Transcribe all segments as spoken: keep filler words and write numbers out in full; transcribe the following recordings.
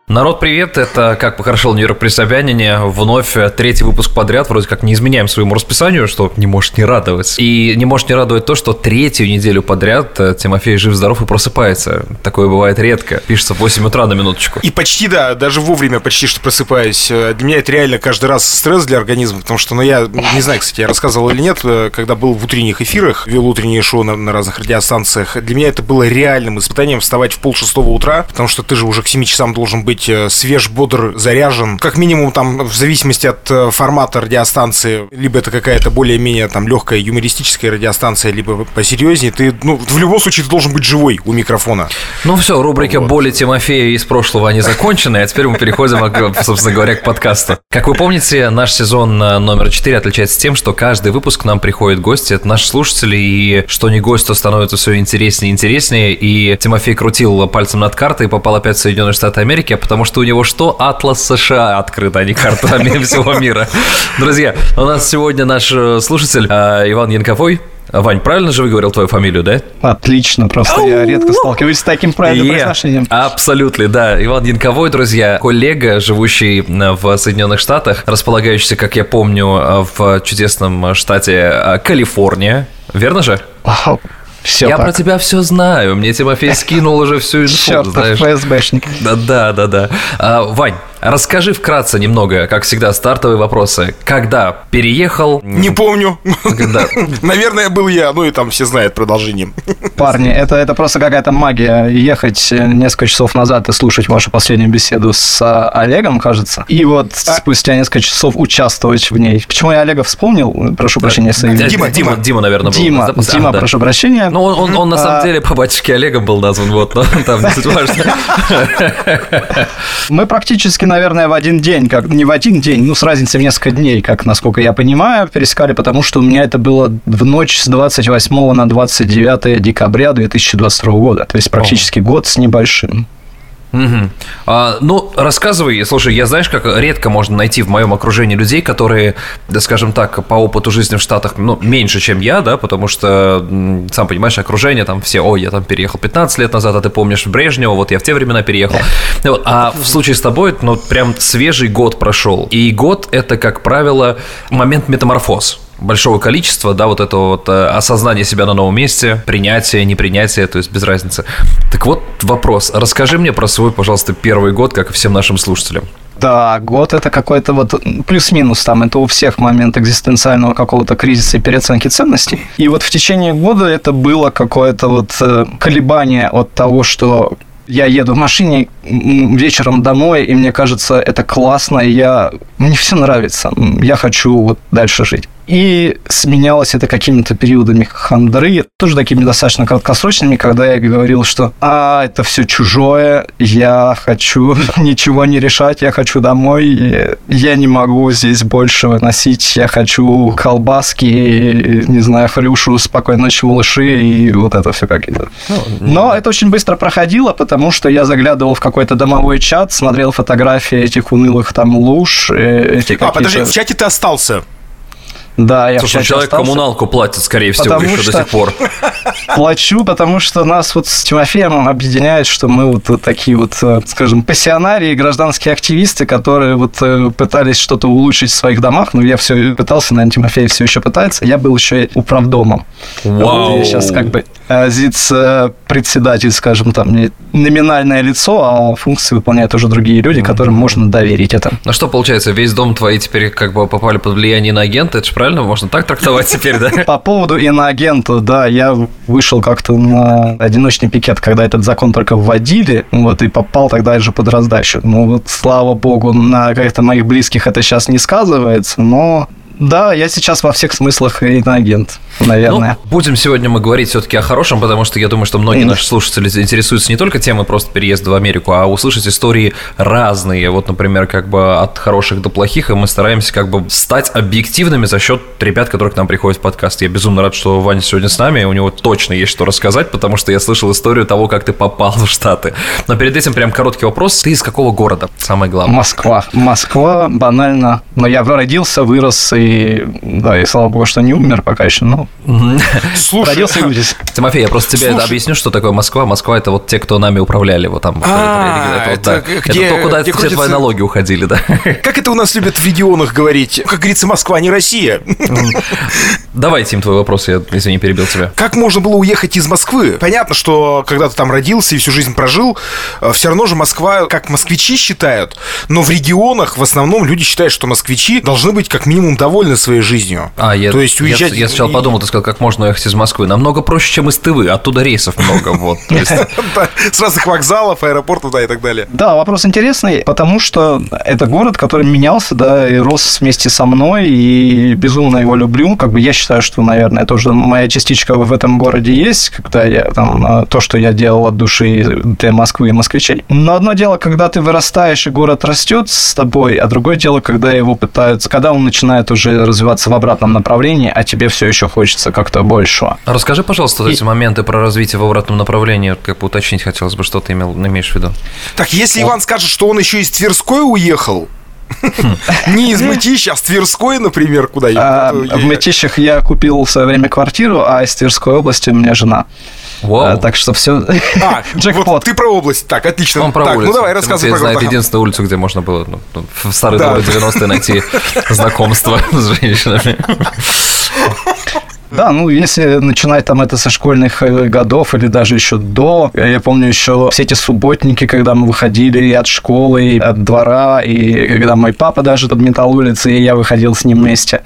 Народ, привет, это «Как похорошел Нью-Йорк при Собянине». Вновь третий выпуск подряд, вроде как не изменяем своему расписанию, что не может не радовать. И не может не радовать то, что третью неделю подряд Тимофей жив-здоров и просыпается. Такое бывает редко. Пишется в восемь утра на минуточку. И почти, да, даже вовремя почти что просыпаюсь. Для меня это реально каждый раз стресс для организма, потому что, ну, я не знаю, кстати, я рассказывал или нет, когда был в утренних эфирах, вел утренние шоу на, на разных радиостанциях, для меня это было реальным испытанием вставать в полшестого утра, потому что ты же уже к семи часам должен быть свеж, бодр, заряжен. Как минимум, там, в зависимости от формата радиостанции, либо это какая-то более-менее там легкая юмористическая радиостанция, либо посерьезнее, ты, ну, в любом случае, ты должен быть живой у микрофона. Ну все, рубрика вот. «Боли Тимофея из прошлого» они закончены, а теперь мы переходим, собственно говоря, к подкасту. Как вы помните, наш сезон номер четыре отличается тем, что каждый выпуск к нам приходят гости, это наши слушатели, и что не гость, то становится все интереснее и интереснее, и Тимофей крутил пальцем над картой и попал опять в Соединенные Штаты Америки, потому что у него что? Атлас США открыт, а не карта всего мира. Друзья, у нас сегодня наш слушатель Иван Янковой. Вань, правильно же выговорил твою фамилию, да? Отлично, просто я редко сталкиваюсь с таким правильным yeah, произношением. Абсолютно, да. Иван Янковой, друзья, коллега, живущий в Соединенных Штатах, располагающийся, как я помню, в чудесном штате Калифорния. Верно же? Вау. Все я так. Про тебя все знаю. Мне Тимофей скинул уже всю инфу. Чёртов ФСБшник. Да, да, да. А, Вань, расскажи вкратце немного, как всегда, стартовые вопросы. Когда переехал? Не помню. Когда? Наверное, был я. Ну и там все знают продолжение. Парни, это, это просто какая-то магия. Ехать несколько часов назад и слушать вашу последнюю беседу с Олегом, кажется. И вот а? спустя несколько часов участвовать в ней. Почему я Олега вспомнил? Прошу прощения. Если... Дима, Дима, Дима, наверное, был. Дима, Дима, а, прошу да. прощения. Ну, он, он, он на самом а... деле по батюшке Олегом был назван, вот, но там не суть важно. Мы практически, наверное, в один день, как не в один день, ну, с разницей в несколько дней, как, насколько я понимаю, пересекали, потому что у меня это было в ночь с двадцать восьмого на двадцать девятое декабря две тысячи двадцать второго года, то есть практически О. год с небольшим. Угу. А, ну, рассказывай, слушай, я знаешь, как редко можно найти в моем окружении людей, которые, да, скажем так, по опыту жизни в Штатах, ну, меньше, чем я, да, потому что, сам понимаешь, окружение, там все, ой, я там переехал пятнадцать лет назад, а ты помнишь Брежнева, вот я в те времена переехал. Вот, а в случае с тобой, ну, прям свежий год прошел, и год – это, как правило, момент метаморфоз. Большого количества, да, вот этого вот осознания себя на новом месте, принятие, непринятие, то есть без разницы. Так вот вопрос, расскажи мне про свой, пожалуйста, первый год, как и всем нашим слушателям. Да, год – это какой-то вот плюс-минус там, это у всех момент экзистенциального какого-то кризиса и переоценки ценностей. И вот в течение года это было какое-то вот колебание от того, что я еду в машине вечером домой, и мне кажется, это классно, и я... мне все нравится, я хочу вот дальше жить. И сменялось это какими-то периодами хандры, тоже такими достаточно краткосрочными, когда я говорил, что «а, это все чужое, я хочу ничего не решать, я хочу домой, я не могу здесь больше выносить, я хочу колбаски, не знаю, хрюшу, спокойной ночи, малыши», и вот это все какие-то. Но это очень быстро проходило, потому что я заглядывал в какой-то домовой чат, смотрел фотографии этих унылых там луж. Эти а, подожди, в чате ты остался? Да, я Слушай, человек остался. Коммуналку платит, скорее всего, потому еще до сих пор. Плачу, потому что нас вот с Тимофеем объединяет, что мы вот, вот такие вот, скажем, пассионарии, гражданские активисты, которые вот пытались что-то улучшить в своих домах. Ну, я все пытался, наверное, Тимофей все еще пытается. Я был еще и управдомом. Вау! Я сейчас как бы зиц-председатель, скажем, там, не номинальное лицо, а функции выполняют уже другие люди, которым можно доверить это. Ну что, получается, весь дом твои теперь как бы попали под влияние иноагента, это же правильно? Можно так трактовать теперь, да? По поводу иноагента, да, я вышел как-то на одиночный пикет, когда этот закон только вводили, вот, и попал тогда же под раздачу. Ну, вот, слава богу, на каких-то моих близких это сейчас не сказывается, но... Да, я сейчас во всех смыслах иноагент, наверное. Ну, будем сегодня мы говорить все-таки о хорошем, потому что я думаю, что многие mm. наши слушатели интересуются не только темой просто переезда в Америку, а услышать истории разные. Вот, например, как бы от хороших до плохих, и мы стараемся как бы стать объективными за счет ребят, которые к нам приходят в подкаст. Я безумно рад, что Ваня сегодня с нами, и у него точно есть что рассказать, потому что я слышал историю того, как ты попал в Штаты. Но перед этим прям короткий вопрос. Ты из какого города? Самое главное. Москва. Москва, банально. Но я родился, вырос и... И, да, и слава богу, что не умер пока еще, но Ну, Слушай, родился и вырос. Тимофей, я просто тебе Слушай. объясню, что такое Москва. Москва — это вот те, кто нами управляли. Вот там. А, это, вот, это да. где- это то, куда где все твои крутится- налоги уходили, да. как это у нас любят в регионах говорить? Как говорится, Москва не Россия. Давай, Тим, твой вопрос, я, извини, перебил тебя. Как можно было уехать из Москвы? Понятно, что когда ты там родился и всю жизнь прожил, все равно же Москва, как москвичи считают, но в регионах в основном люди считают, что москвичи должны быть как минимум довольны своей жизнью. А, я, То есть уезжать... я, я сначала подумал, ты сказал, как можно уехать из Москвы. Намного проще, чем из Тывы, оттуда рейсов много. Вот. То есть, Да, с разных вокзалов, аэропортов, да, и так далее. Да, вопрос интересный, потому что это город, который менялся, да, и рос вместе со мной, и безумно его люблю. Как бы я считаю, что, наверное, тоже моя частичка в этом городе есть, когда я там то, что я делал от души для Москвы и москвичей. Но одно дело, когда ты вырастаешь, и город растет с тобой, а другое дело, когда его пытаются, когда он начинает уже развиваться в обратном направлении, а тебе все еще хочется как-то большего. расскажи, пожалуйста, вот эти моменты про развитие в обратном направлении. Как бы уточнить хотелось бы, что ты имел, имеешь в виду. Так, если Иван скажет, что он еще из Тверской уехал, не из Мытища, а с Тверской, например, куда-нибудь. А, в Мытищах я купил в свое время квартиру, а из Тверской области у меня жена. Вау. А, так что все. А, Джекпот. вот ты про область. Так, отлично. Он про так, улицу. ну давай, Тимофей рассказывай про знает город. Ага. единственную улицу, где можно было ну, в старые Да. добрые девяностые найти знакомство с женщинами. Да, ну если начинать там это со школьных э, годов или даже еще до, я помню еще все эти субботники, когда мы выходили и от школы, и от двора, и когда мой папа даже подметал улицы, и я выходил с ним вместе.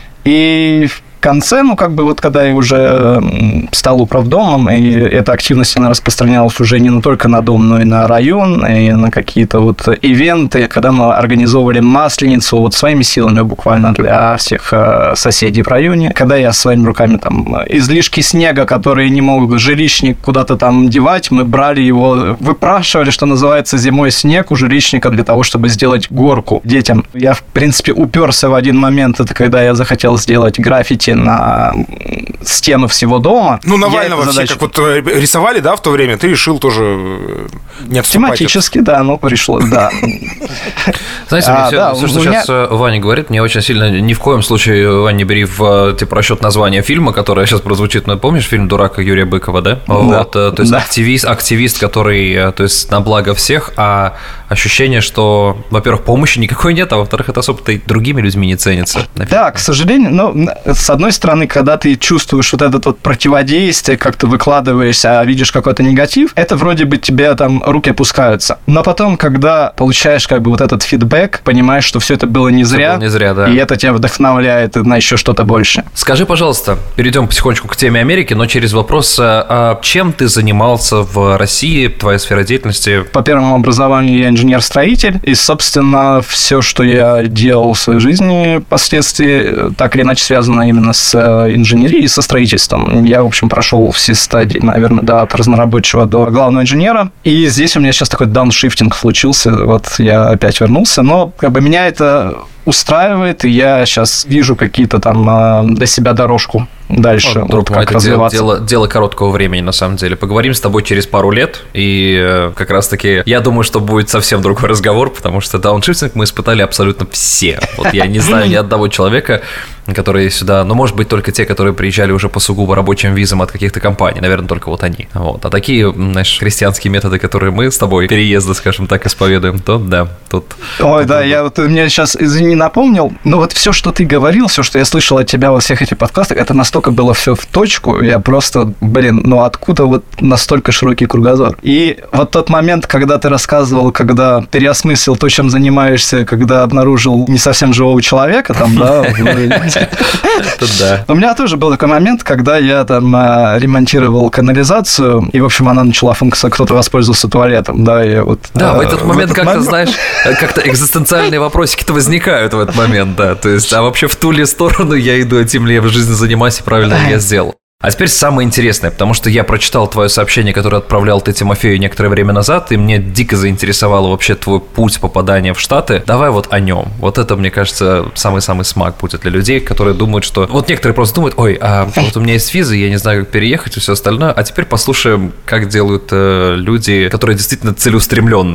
И в конце, ну, как бы вот когда я уже м, стал управдомом, и эта активность, она распространялась уже не только на дом, но и на район, и на какие-то вот ивенты, когда мы организовывали Масленицу вот своими силами буквально для всех э, соседей в районе, когда я своими руками там излишки снега, которые не мог жилищник куда-то там девать, мы брали его, выпрашивали, что называется, зимой снег у жилищника для того, чтобы сделать горку детям. Я, в принципе, уперся в один момент, это когда я захотел сделать граффити на стены всего дома. Ну, Я Навального эту все задачу- как вот э, рисовали, да, в то время, ты решил тоже э, не отступать. от- Тематически, да, ну, пришло, да. Знаете, А, мне все, да, все, у что меня- сейчас э, Ваня говорит, мне очень сильно ни в коем случае, Ваня, не бери в типа, расчет названия фильма, которое сейчас прозвучит. Ну, помнишь фильм «Дурак» Юрия Быкова, да? Вот, э, то есть Да. активист, активист, который, э, то есть на благо всех, а ощущение, что, во-первых, помощи никакой нет, а во-вторых, это особо-то и другими людьми не ценится. Да, к сожалению, но с одной стороны, когда ты чувствуешь вот это вот противодействие, как ты выкладываешься, а видишь какой-то негатив, это вроде бы тебе там руки опускаются. Но потом, когда получаешь как бы вот этот фидбэк, понимаешь, что все это было не зря, было не зря, да. и это тебя вдохновляет на еще что-то больше. Скажи, пожалуйста, перейдем потихонечку к теме Америки, но через вопрос, а чем ты занимался в России, твоя сфера деятельности? По первому образованию я инженер-строитель, и, собственно, все, что я делал в своей жизни впоследствии, так или иначе связано именно с инженерией и со строительством. Я, в общем, прошел все стадии, наверное, да, от разнорабочего до главного инженера, и здесь у меня сейчас такой дауншифтинг случился, вот я опять вернулся, но как бы меня это устраивает, и я сейчас вижу какие-то там для себя дорожку дальше, Вот, вот, друг мой, как это дело, развиваться. дело, дело короткого времени, на самом деле. Поговорим с тобой через пару лет, и э, как раз-таки я думаю, что будет совсем другой разговор, потому что дауншифтинг мы испытали абсолютно все. Вот я не знаю ни одного человека, которые сюда, ну, может быть, только те, которые приезжали уже по сугубо рабочим визам от каких-то компаний, наверное, только вот они. Вот. А такие, знаешь, христианские методы, которые мы с тобой переезда, скажем так, исповедуем, то да, тут... Ой, да, я вот, мне сейчас, извини, напомнил, но вот все, что ты говорил, все, что я слышал от тебя во всех этих подкастах, это настолько было все в точку, я просто, блин, ну откуда вот настолько широкий кругозор? И вот тот момент, когда ты рассказывал, когда переосмыслил то, чем занимаешься, когда обнаружил не совсем живого человека, там, да, да. у меня тоже был такой момент, когда я там ремонтировал канализацию, и, в общем, она начала функционировать, кто-то воспользовался туалетом, да, и вот... Да, в этот момент как-то, момент- знаешь, как-то экзистенциальные вопросики-то возникают в этот момент, да. То есть, а вообще в ту ли сторону я иду, а тем ли я в жизни занимаюсь, и правильно ли я сделал. А теперь самое интересное, потому что я прочитал твое сообщение, которое отправлял ты Тимофею некоторое время назад, и мне дико заинтересовало вообще твой путь попадания в Штаты. Давай вот о нем. Вот это, мне кажется, самый-самый смак будет для людей, которые думают, что... Вот некоторые просто думают, ой, а вот у меня есть виза, я не знаю, как переехать и все остальное. А теперь послушаем, как делают э, люди, которые действительно целеустремленные.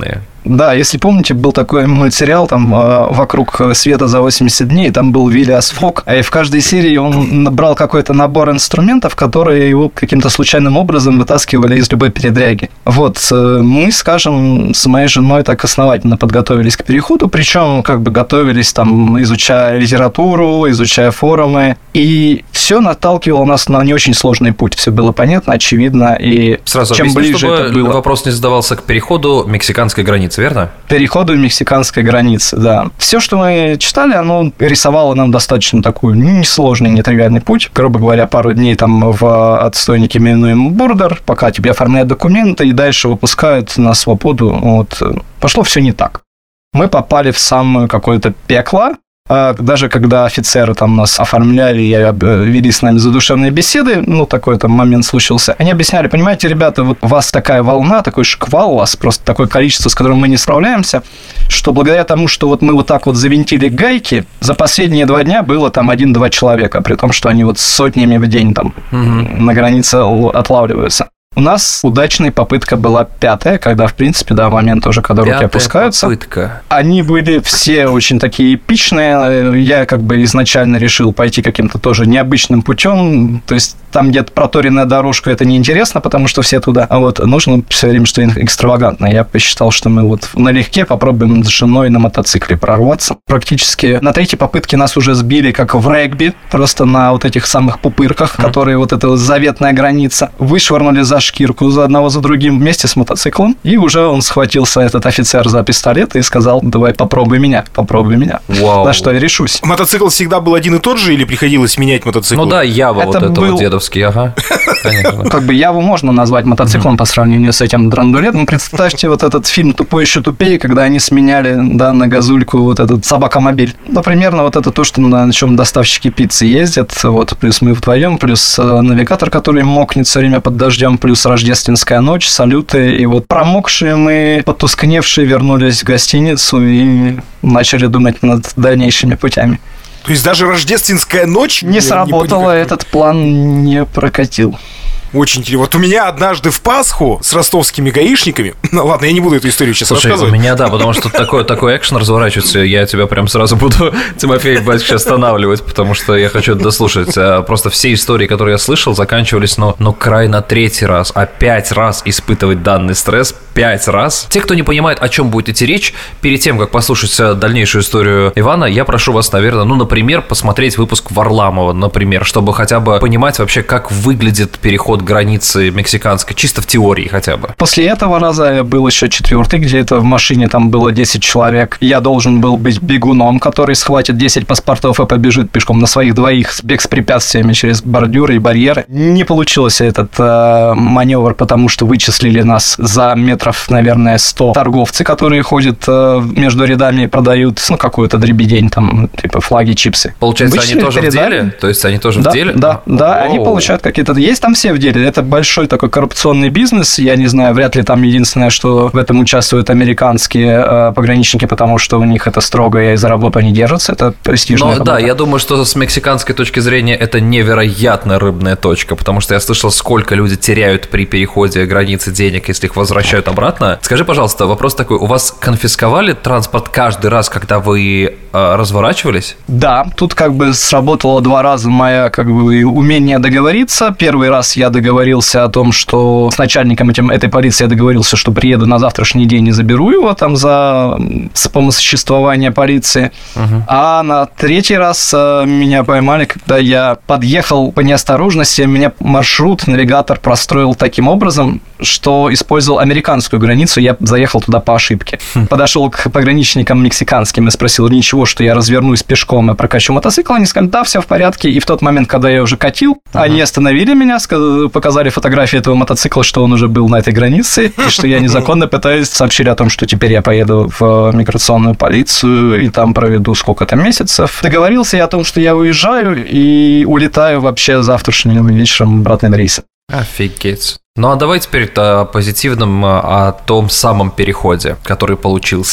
Да, если помните, был такой мультсериал там «Вокруг света за восемьдесят дней», там был Виллиас Фок, и в каждой серии он набрал какой-то набор инструментов, которые его каким-то случайным образом вытаскивали из любой передряги. Вот, мы, скажем, с моей женой так основательно подготовились к переходу, причем как бы готовились там, изучая литературу, изучая форумы, и все наталкивало нас на не очень сложный путь, все было понятно, очевидно, и Сразу чем объясню, ближе чтобы это было... вопрос не задавался к переходу мексиканской границы, верно? Переходу мексиканской границы, да. Все, что мы читали, оно рисовало нам достаточно такой несложный, нетривиальный путь. Грубо говоря, пару дней там в отстойнике минуем бордер, пока тебе оформляют документы, и дальше выпускают на свободу. Вот. Пошло все не так. Мы попали в самое какое-то пекло. Даже когда офицеры там нас оформляли и вели с нами задушевные беседы, ну, такой там момент случился, они объясняли, понимаете, ребята, вот у вас такая волна, такой шквал, у вас просто такое количество, с которым мы не справляемся, что благодаря тому, что вот мы вот так вот завинтили гайки, за последние два дня было там один-два человека, при том, что они вот сотнями в день там угу. на границе отлавливаются. У нас удачная попытка была пятая, когда, в принципе, да, момент уже, когда пятая руки опускаются. Попытка. Они были все очень такие эпичные. Я как бы изначально решил пойти каким-то тоже необычным путем. То есть там где-то проторенная дорожка, это неинтересно, потому что все туда. А вот нужно все время что-нибудь экстравагантное. Я посчитал, что мы вот налегке попробуем с женой на мотоцикле прорваться. Практически на третьей попытке нас уже сбили, как в регби, просто на вот этих самых пупырках, mm. которые вот эта вот заветная граница. Вышвырнули за шкирку за одного за другим вместе с мотоциклом, и уже он схватился, этот офицер, за пистолет и сказал: давай попробуй меня, попробуй меня. Вау. На что я решусь. Мотоцикл всегда был один и тот же или приходилось менять мотоцикл? Ну да, Ява, это вот это был... вот дедовский, ага. Конечно. Как бы Яву можно назвать мотоциклом по сравнению с этим драндулетом. Представьте вот этот фильм «Тупой еще тупее», когда они сменяли, да, на газульку вот этот собакомобиль. Ну, примерно вот это то, что на чем доставщики пиццы ездят. Вот, плюс мы вдвоем, плюс навигатор, который мокнет все время под дождем, плюс рождественская ночь, салюты. И вот промокшие мы, потускневшие, вернулись в гостиницу и начали думать над дальнейшими путями. То есть даже рождественская ночь не сработала, этот план не прокатил. Очень интересно. Вот у меня однажды в Пасху с ростовскими гаишниками... Ну ладно, я не буду эту историю сейчас Слушай, рассказывать. у меня, да, потому что такой, такой экшен разворачивается, я тебя прям сразу буду, Тимофей, батюшка, останавливать, потому что я хочу это дослушать. Просто все истории, которые я слышал, заканчивались, но, но край на третий раз, а пять раз испытывать данный стресс, пять раз. Те, кто не понимает, о чем будет идти речь, перед тем, как послушать дальнейшую историю Ивана, я прошу вас, наверное, ну, например, посмотреть выпуск Варламова, например, чтобы хотя бы понимать вообще, как выглядит переход границы мексиканской, чисто в теории хотя бы. После этого раза был еще четвертый, где это в машине там было десять человек. Я должен был быть бегуном, который схватит десять паспортов и побежит пешком на своих двоих, бег с препятствиями через бордюры и барьеры. Не получился этот э, маневр, потому что вычислили нас за метров, наверное, сто торговцы, которые ходят э, между рядами и продают, ну, какую-то дребедень, там, типа флаги, чипсы. Получается, вычислили, они тоже передали. в деле? То есть они тоже да, в деле? Да, да, О-о-о. они получают какие-то... Есть там все в деле. Это большой такой коррупционный бизнес. Я не знаю, вряд ли там единственное, что в этом участвуют американские э, пограничники, потому что у них это строго, и за работу они держатся. Это престижная Но, работа. да, я думаю, что с мексиканской точки зрения это невероятно рыбная точка, потому что я слышал, сколько люди теряют при переходе границы денег, если их возвращают обратно. Скажи, пожалуйста, вопрос такой, у вас конфисковали транспорт каждый раз, когда вы э, разворачивались? Да, тут как бы сработало два раза мое как бы умение договориться. Первый раз я договорился о том, что с начальником этим, этой полиции я договорился, что приеду на завтрашний день и заберу его там за вспомоществование полиции. Угу. А на третий раз меня поймали, когда я подъехал по неосторожности, меня маршрут, навигатор простроил таким образом, что использовал американскую границу, я заехал туда по ошибке. Хм. Подошел к пограничникам мексиканским и спросил: ничего, что я развернусь пешком и прокачу мотоцикл? Они сказали: да, все в порядке. И в тот момент, когда я уже катил, ага. они остановили меня, показали фотографии этого мотоцикла, что он уже был на этой границе, и что я незаконно пытаюсь, сообщили о том, что теперь я поеду в миграционную полицию и там проведу сколько-то месяцев. Договорился я о том, что я уезжаю и улетаю вообще завтрашним вечером обратным рейсом. Офигеть. Ну а давай теперь о позитивном, о том самом переходе, который получился.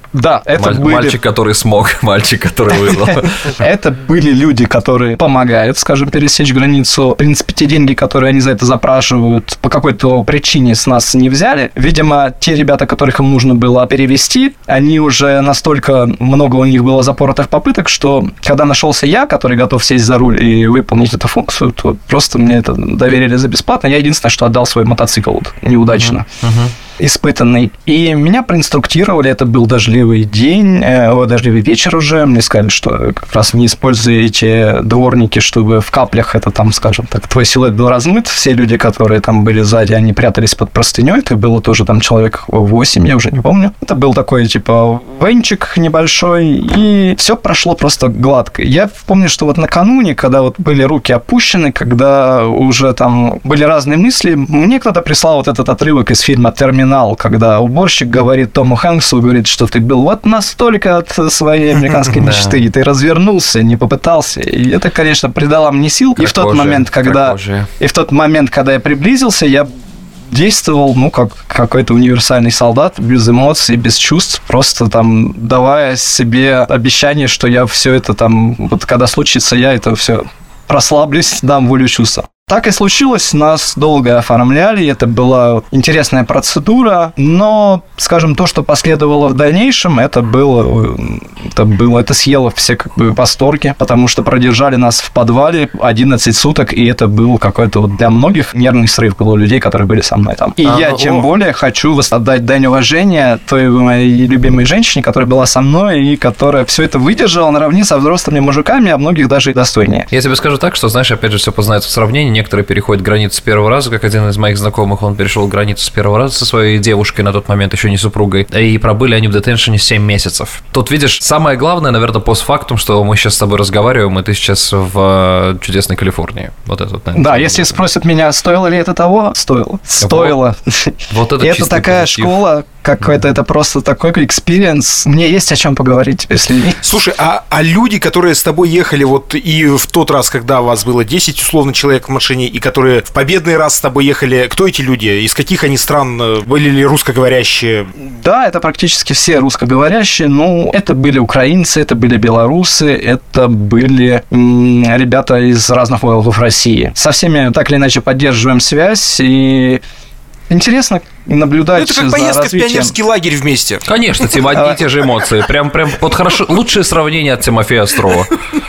Да, это были... Мальчик, который смог, мальчик, который выжил. Это были люди, которые помогают, скажем, пересечь границу. В принципе, те деньги, которые они за это запрашивают, по какой-то причине с нас не взяли. Видимо, те ребята, которых им нужно было перевести, они уже настолько много у них было запоротых попыток, что когда нашелся я, который готов сесть за руль и выполнить эту функцию, то просто мне это доверили за бесплатно. Я единственное, что отдал свой мотоцикл вот, неудачно. Uh-huh. Uh-huh. испытанный. И меня проинструктировали, это был дождливый день, э, дождливый вечер уже. Мне сказали, что как раз не используете дворники, чтобы в каплях это там, скажем так, твой силуэт был размыт. Все люди, которые там были сзади, они прятались под простыней. Это было тоже там человек восемь, я уже не помню. Это был такой, типа, венчик небольшой, и все прошло просто гладко. Я помню, что вот накануне, когда вот были руки опущены, когда уже там были разные мысли, мне кто-то прислал вот этот отрывок из фильма «Терминал», когда уборщик говорит Тому Хэнксу, говорит, что ты был вот настолько от своей американской мечты, и ты развернулся, не попытался. И это, конечно, придало мне сил. И в тот момент, когда и в тот момент, когда я приблизился, я действовал, ну, как какой-то универсальный солдат, без эмоций, без чувств, просто там давая себе обещание, что я все это там, вот когда случится, я это все расслаблюсь, дам волю чувства. Так и случилось, нас долго оформляли, это была интересная процедура, но, скажем, то, что последовало в дальнейшем, это было, это было, это съело все как бы восторги, потому что продержали нас в подвале одиннадцать суток, и это был какой-то вот для многих нервный срыв было у людей, которые были со мной там. И а, я, тем о. более, хочу отдать дань уважения той моей любимой женщине, которая была со мной и которая все это выдержала наравне со взрослыми мужиками, а многих даже и достойнее. Я тебе скажу так, что, знаешь, опять же, все познается в сравнении. Некоторые переходят границу с первого раза, как один из моих знакомых, он перешел границу с первого раза со своей девушкой, на тот момент еще не супругой, и пробыли они в детеншене семь месяцев. Тут, видишь, самое главное, наверное, постфактум, что мы сейчас с тобой разговариваем, и ты сейчас в чудесной Калифорнии. Вот это, наверное, да, если спросят меня, стоило ли это того, стоило. Стоило. Вот это это такая позитив. Школа, какой-то, это просто такой экспириенс. Мне есть о чем поговорить, если... Слушай, а, а люди, которые с тобой ехали вот и в тот раз, когда у вас было десять условно человек в машине, и которые в победный раз с тобой ехали, кто эти люди? Из каких они стран? Были ли русскоговорящие? Да, это практически все русскоговорящие. Ну, это были украинцы, это были белорусы, это были м- ребята из разных уголков России. Со всеми так или иначе поддерживаем связь, и интересно наблюдать за развитием. Это как поездка в пионерский лагерь вместе. Конечно, Тим, одни и те же эмоции. Прям, прям вот хорошо, лучшее сравнение от Тимофея Острова.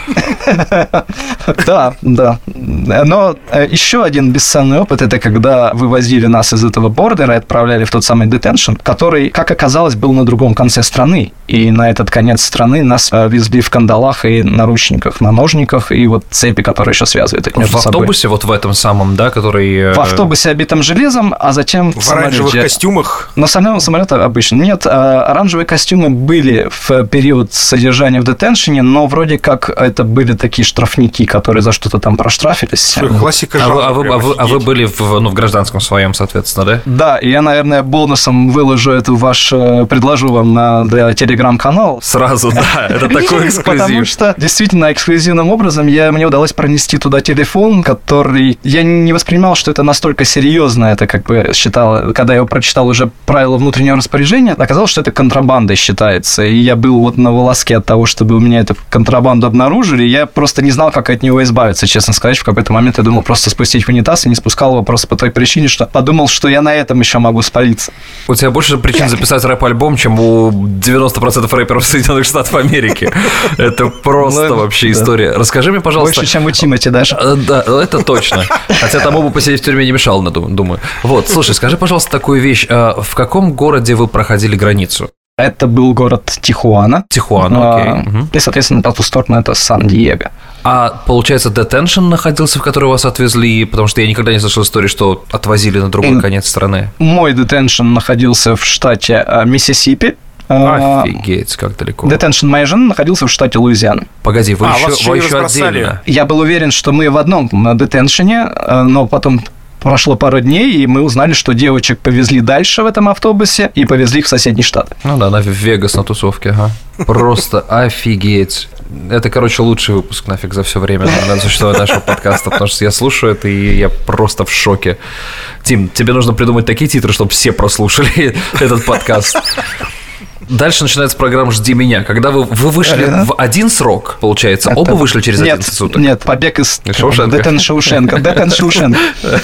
Да, да. Но еще один бесценный опыт – это когда вывозили нас из этого бордера и отправляли в тот самый детеншн, который, как оказалось, был на другом конце страны. И на этот конец страны нас везли в кандалах и наручниках, на ножниках, и вот цепи, которые еще связывают их между собой. В автобусе вот в этом самом, да, который… В автобусе, обитом железом, а затем в оранжевых костюмах? На самом самолете обычно нет. Оранжевые костюмы были в период содержания в детеншене, но вроде как это были такие штрафники, которые за что-то там проштрафились. Классика жанра. А, а, вы, а, вы, а вы были в, ну, в гражданском своем, соответственно, да? Да, и я, наверное, бонусом выложу это ваш, предложу вам на для телеграм-канал. Сразу, да, это такой эксклюзив. Потому что действительно эксклюзивным образом я, мне удалось пронести туда телефон, который я не воспринимал, что это настолько серьезно, это как бы считал, когда я его прочитал уже правила внутреннего распоряжения, оказалось, что это контрабандой считается, и я был вот на волоске от того, чтобы у меня эту контрабанду обнаружили, я просто не знал, как от него избавиться, честно сказать. В какой-то момент я думал просто спустить в унитаз и не спускал его просто по той причине, что подумал, что я на этом еще могу спалиться. У тебя больше причин записать рэп-альбом, чем у девяносто процентов рэперов Соединенных Штатов Америки. Это просто вообще история. Расскажи мне, пожалуйста... Больше, чем у Тимати даже. Да, это точно. Хотя тому бы посидеть в тюрьме не мешало, думаю. Вот, слушай, скажи, пожалуйста, такую вещь. В каком городе вы проходили границу? Это был город Тихуана. Тихуана, окей. Okay. И, соответственно, по ту сторону это Сан-Диего. А, получается, детеншн находился, в который вас отвезли? Потому что я никогда не слышал истории, что отвозили на другой mm. конец страны. Мой детеншн находился в штате Миссисипи. Офигеть, как далеко. Детеншн моей жены находился в штате Луизиана. Погоди, вы а, еще, вы еще отдельно? Я был уверен, что мы в одном детеншне, но потом... Прошло пару дней, и мы узнали, что девочек повезли дальше в этом автобусе и повезли их в соседние штаты. Ну да, на Вегас на тусовке, ага. Просто офигеть. Это, короче, лучший выпуск нафиг за все время на существования нашего подкаста, потому что я слушаю это, и я просто в шоке. Тим, тебе нужно придумать такие титры, чтобы все прослушали этот подкаст. Дальше начинается программа «Жди меня». Когда вы, вы вышли а, в один срок, получается, это... оба вышли через нет, одиннадцать суток? Нет, побег из... Шоушенка. Детен Шоушенка. Детен Шоушенка.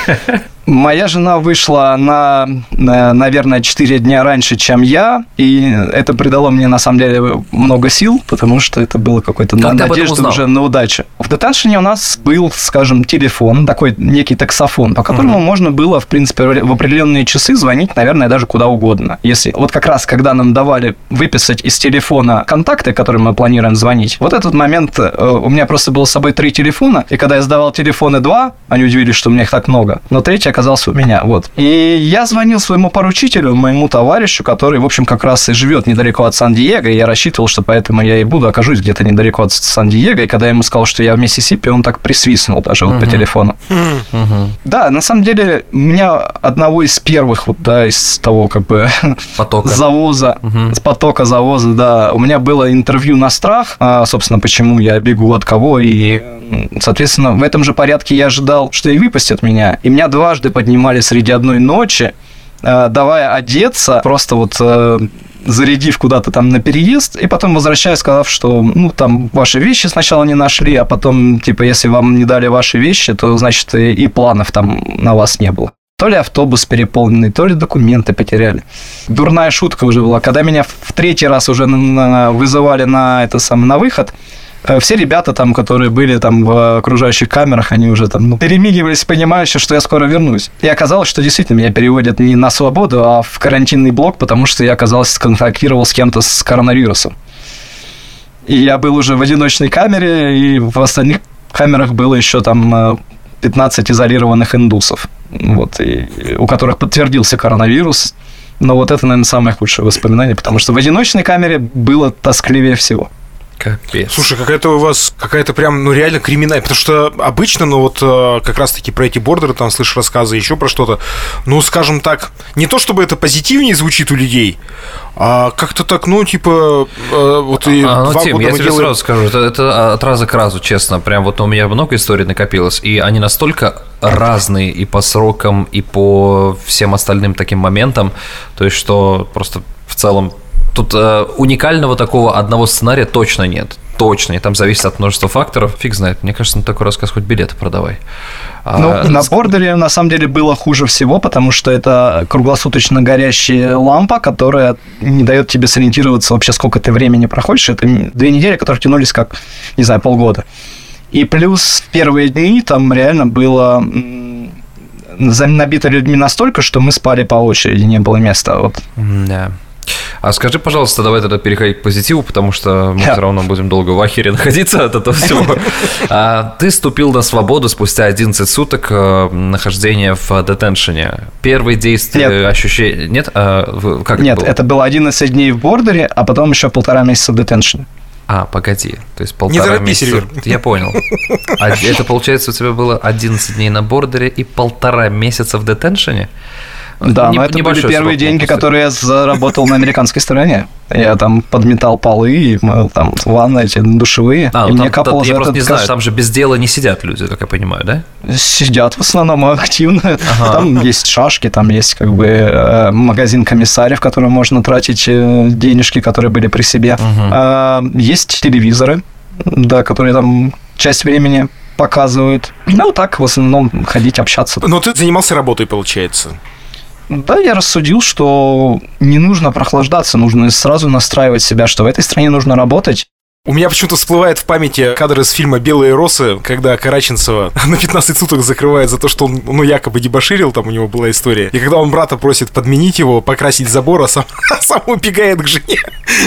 Моя жена вышла на, на, наверное, четыре дня раньше, чем я, и это придало мне, на самом деле, много сил, потому что это было какой-то надежда уже на удачу. В детеншене у нас был, скажем, телефон, такой некий таксофон, по которому uh-huh. можно было, в принципе, в определенные часы звонить, наверное, даже куда угодно. Если вот как раз, когда нам давали выписать из телефона контакты, которым мы планируем звонить, вот этот момент, у меня просто было с собой три телефона, и когда я сдавал телефоны два, они удивились, что у меня их так много, но третий оказался у меня, вот. И я звонил своему поручителю, моему товарищу, который, в общем, как раз и живет недалеко от Сан-Диего, и я рассчитывал, что поэтому я и буду окажусь где-то недалеко от Сан-Диего, и когда я ему сказал, что я в Миссисипи, он так присвистнул даже uh-huh. вот по телефону. Uh-huh. Да, на самом деле, у меня одного из первых, вот, да, из того, как бы, потока. завоза, uh-huh. с потока завоза, да, у меня было интервью на страх, а, собственно, почему я бегу от кого, и, соответственно, в этом же порядке я ожидал, что и выпустят меня, и меня дважды поднимали среди одной ночи, давая одеться, просто вот зарядив куда-то там на переезд, и потом возвращаясь, сказав, что, ну, там, ваши вещи сначала не нашли, а потом, типа, если вам не дали ваши вещи, то, значит, и, и планов там на вас не было. То ли автобус переполненный, то ли документы потеряли. Дурная шутка уже была. Когда меня в третий раз уже вызывали на, это самое, на выход, все ребята там, которые были там в окружающих камерах, они уже там, ну, перемигивались, понимающие, что я скоро вернусь. И оказалось, что действительно меня переводят не на свободу, а в карантинный блок, потому что я, оказалось, сконтактировал с кем-то с коронавирусом. И я был уже в одиночной камере, и в остальных камерах было еще там пятнадцать изолированных индусов, вот, и, у которых подтвердился коронавирус. Но вот это, наверное, самое худшее воспоминание, потому что в одиночной камере было тоскливее всего. Капец. Слушай, какая-то у вас, какая-то прям, ну, реально криминальная, потому что обычно, ну, вот как раз-таки про эти бордеры, там, слышишь рассказы, еще про что-то, ну, скажем так, не то чтобы это позитивнее звучит у людей, а как-то так, ну, типа, вот и а, ну, два Тим, года я мы тебе делаем... сразу скажу, это, это от раза к разу, честно, прям вот у меня много историй накопилось, и они настолько разные и по срокам, и по всем остальным таким моментам, то есть, что просто в целом тут э, уникального такого одного сценария точно нет. Точно. И там зависит от множества факторов. Фиг знает. Мне кажется, на такой рассказ хоть билеты продавай. Ну, а, на бордере, на самом деле, было хуже всего, потому что это круглосуточно горящая лампа, которая не дает тебе сориентироваться вообще, сколько ты времени проходишь. Это две недели, которые тянулись как, не знаю, полгода. И плюс первые дни там реально было набито людьми настолько, что мы спали по очереди, не было места. Вот. Да. А скажи, пожалуйста, давай тогда переходить к позитиву, потому что мы yeah. все равно будем долго в ахере находиться от этого всего. Ты ступил на свободу спустя одиннадцать суток нахождения в детеншене. Первые действия, ощущения... Нет? А, как Нет, это было? Это было одиннадцать дней в бордере, а потом еще полтора месяца в детеншене. А, погоди, то есть полтора месяца... Не торопись, Сильвер. Я понял. А это, получается, у тебя было одиннадцать дней на бордере и полтора месяца в детеншене? Да, не, но это были первые деньги, после. которые я заработал на американской стороне. Я там подметал полы, и там ванны эти душевые, а, и ну, мне там, капало там, за Я просто не кэш. знаю, там же без дела не сидят люди, как я понимаю, да? Сидят в основном активно. Ага. Там есть шашки, там есть как бы магазин комиссарев, в котором можно тратить денежки, которые были при себе. Угу. Есть телевизоры, да, которые там часть времени показывают. Ну, так, в основном, ходить, общаться. Но ты занимался работой, получается? Да, я рассудил, что не нужно прохлаждаться, нужно сразу настраивать себя, что в этой стране нужно работать. У меня почему-то всплывает в памяти кадр из фильма «Белые росы», когда Караченцева на пятнадцать суток закрывает за то, что он, ну, якобы дебоширил, там у него была история. И когда он брата просит подменить его, покрасить забор, а сам, а сам убегает к жене.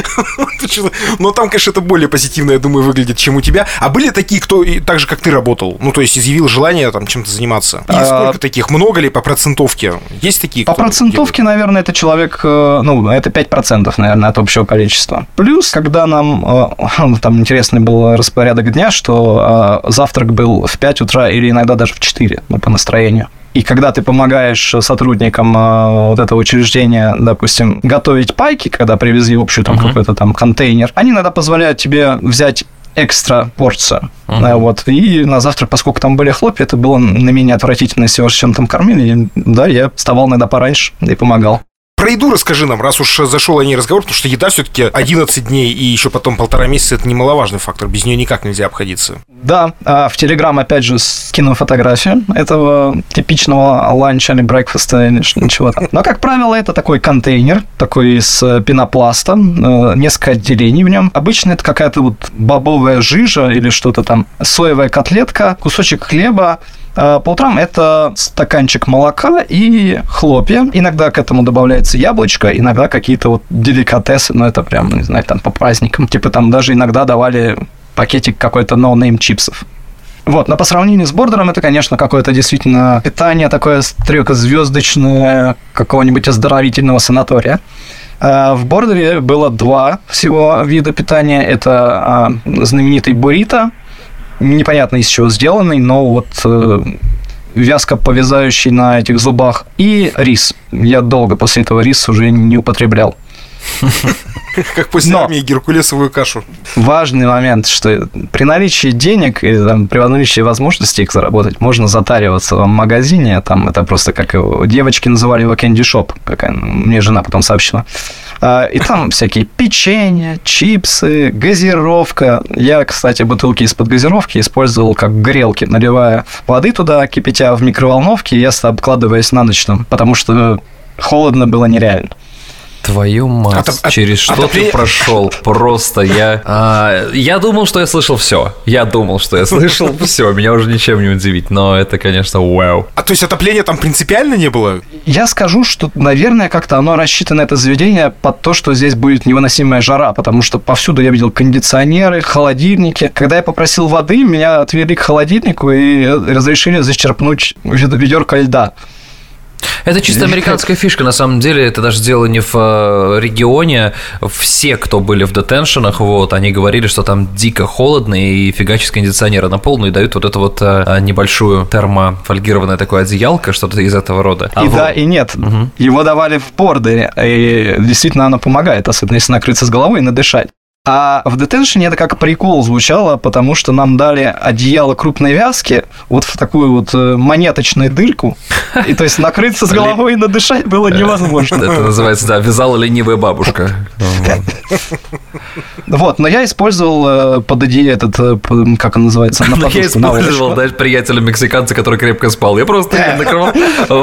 Но там, конечно, это более позитивно, я думаю, выглядит, чем у тебя. А были такие, кто так же, как ты, работал? Ну, то есть изъявил желание там чем-то заниматься? И сколько таких? Много ли по процентовке? Есть такие? По процентовке, наверное, это человек, ну, это пять процентов, наверное, от общего количества. Плюс, когда нам... Там интересный был распорядок дня, что э, завтрак был в пять утра или иногда даже в четыре, ну, по настроению. И когда ты помогаешь сотрудникам э, вот этого учреждения, допустим, готовить пайки, когда привезли общий там, uh-huh. какой-то там контейнер, они иногда позволяют тебе взять экстра порцию. Uh-huh. Да, вот. И на завтрак, поскольку там были хлопья, это было на менее отвратительно всего, чем там кормили. И, да, я вставал иногда пораньше и помогал. Про еду расскажи нам, раз уж зашел о ней разговор, потому что еда все-таки одиннадцать дней и еще потом полтора месяца — это немаловажный фактор, без нее никак нельзя обходиться. Да, а в Телеграм опять же скину фотографию этого типичного ланча или брекфаста или ничего там. Но, как правило, это такой контейнер, такой из пенопласта, несколько отделений в нем. Обычно это какая-то вот бобовая жижа или что-то там, соевая котлетка, кусочек хлеба. По утрам это стаканчик молока и хлопья. Иногда к этому добавляется яблочко, иногда какие-то вот деликатесы, но это прям, не знаю, там по праздникам. Типа там даже иногда давали пакетик какой-то ноунейм чипсов. Вот, но по сравнению с Бордером это, конечно, какое-то действительно питание такое трёхзвёздочное какого-нибудь оздоровительного санатория. В Бордере было два всего вида питания. Это знаменитый буррито, непонятно из чего сделанный, но вот э, вязко повязающий на этих зубах, и рис. Я долго после этого рис уже не употреблял. Как после армии геркулесовую кашу. Важный момент, что при наличии денег или там, при наличии возможности их заработать, можно затариваться в магазине. Там это просто, как его девочки называли его, candy shop, какая мне жена потом сообщила. И там всякие печенья, чипсы, газировка. Я, кстати, бутылки из-под газировки использовал как грелки, наливая воды туда, кипятя в микроволновке, и я обкладываясь на ночь там, потому что холодно было нереально. Твою мать, Отоп... через что Отопле... ты прошел? Просто я... А, я думал, что я слышал все. Я думал, что я слышал все. Меня уже ничем не удивить, но это, конечно, вау. А то есть отопления там принципиально не было? Я скажу, что, наверное, как-то оно рассчитано, это заведение, под то, что здесь будет невыносимая жара, потому что повсюду я видел кондиционеры, холодильники. Когда я попросил воды, меня отвели к холодильнику и разрешили зачерпнуть ведерко льда. Это чисто американская фишка, на самом деле, это даже дело не в регионе. Все, кто были в детеншенах, вот, они говорили, что там дико холодно, и фигачат кондиционеры на полную, и дают вот эту вот небольшую термофольгированное такое одеялко, что-то из этого рода. А и вот... да, и нет. Угу. Его давали в Бордере, и действительно оно помогает, особенно если накрыться с головой и надышать. А в детеншене это как прикол звучало, потому что нам дали одеяло крупной вязки вот в такую вот монеточную дырку, и то есть накрыться с головой и надышать было невозможно. Это называется, да, вязала ленивая бабушка. Вот, но я использовал под одеяло этот, как он называется, на подушку, я использовал, знаешь, приятеля-мексиканца, который крепко спал. Я просто накрывал.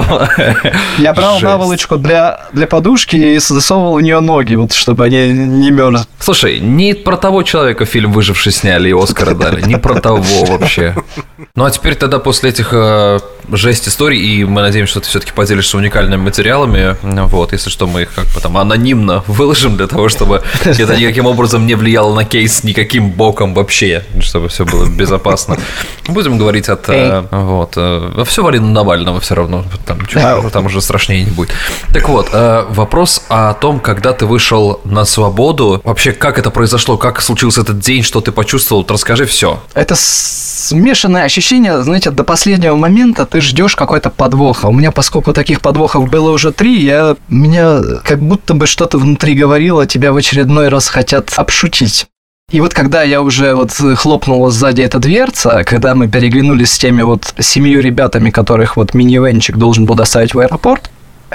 Я брал наволочку для подушки и засовывал в нее ноги, вот чтобы они не мерзли. Слушай, не про того человека фильм «Выживший» сняли и Оскара дали, не про того вообще. Ну, а теперь тогда после этих э, жесть историй, и мы надеемся, что ты все-таки поделишься уникальными материалами, вот, если что, мы их как бы там анонимно выложим для того, чтобы это никаким образом не влияло на кейс никаким боком вообще, чтобы все было безопасно. Будем говорить от... Э, вот, э, все вали на Навального все равно, там, чуть, там уже страшнее не будет. Так вот, э, вопрос о том, когда ты вышел на свободу, вообще, как это произошло, как случился этот день, что ты почувствовал, вот расскажи все. Это смешанное ощущение, знаете, до последнего момента ты ждешь какой-то подвоха. У меня, поскольку таких подвохов было уже три, я, меня как будто бы что-то внутри говорило, тебя в очередной раз хотят обшутить. И вот когда я уже вот хлопнула сзади эта дверца, когда мы переглянулись с теми вот семью ребятами, которых вот минивенчик должен был доставить в аэропорт,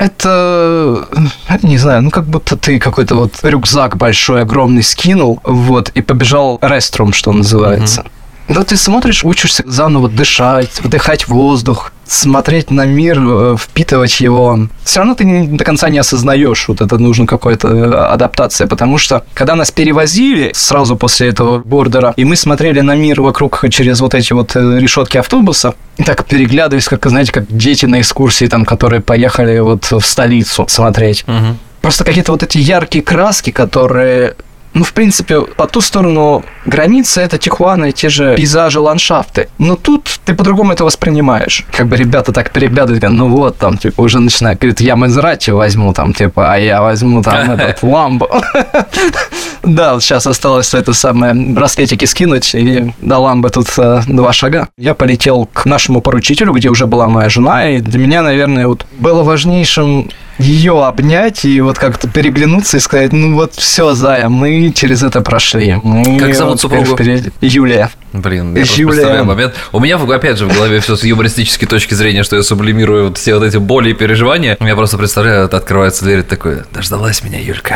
это, не знаю, ну как будто ты какой-то вот рюкзак большой, огромный скинул, вот, и побежал restroom, что называется. Mm-hmm. Да ты смотришь, учишься заново дышать, вдыхать воздух, смотреть на мир, впитывать его. Все равно ты не, до конца не осознаешь, вот это нужна какая-то адаптация, потому что когда нас перевозили сразу после этого бордера, и мы смотрели на мир вокруг через вот эти вот решетки автобуса, и так переглядывались, как, знаете, как дети на экскурсии, там, которые поехали вот в столицу смотреть. Угу. Просто какие-то вот эти яркие краски, которые... Ну, в принципе, по ту сторону границы это Тихуана и те же пейзажи, ландшафты. Но тут ты по-другому это воспринимаешь. Как бы ребята так переглядывают, ну вот, там, типа, уже начинают, говорят, я Мазерати возьму, там, типа, а я возьму, там, этот, Ламбо. Да, вот сейчас осталось это самое, браслетики скинуть, и до Ламбо тут два шага. Я полетел к нашему поручителю, где уже была моя жена, и для меня, наверное, вот было важнейшим ее обнять и вот как-то переглянуться и сказать, ну вот все, Зая, мы через это прошли. Мы как зовут супругу? Юлия. Блин, я просто представляю момент. У меня, опять же, в голове все с юмористической точки зрения, что я сублимирую вот все вот эти боли и переживания. Я просто представляю, открывается дверь и такой, дождалась меня, Юлька.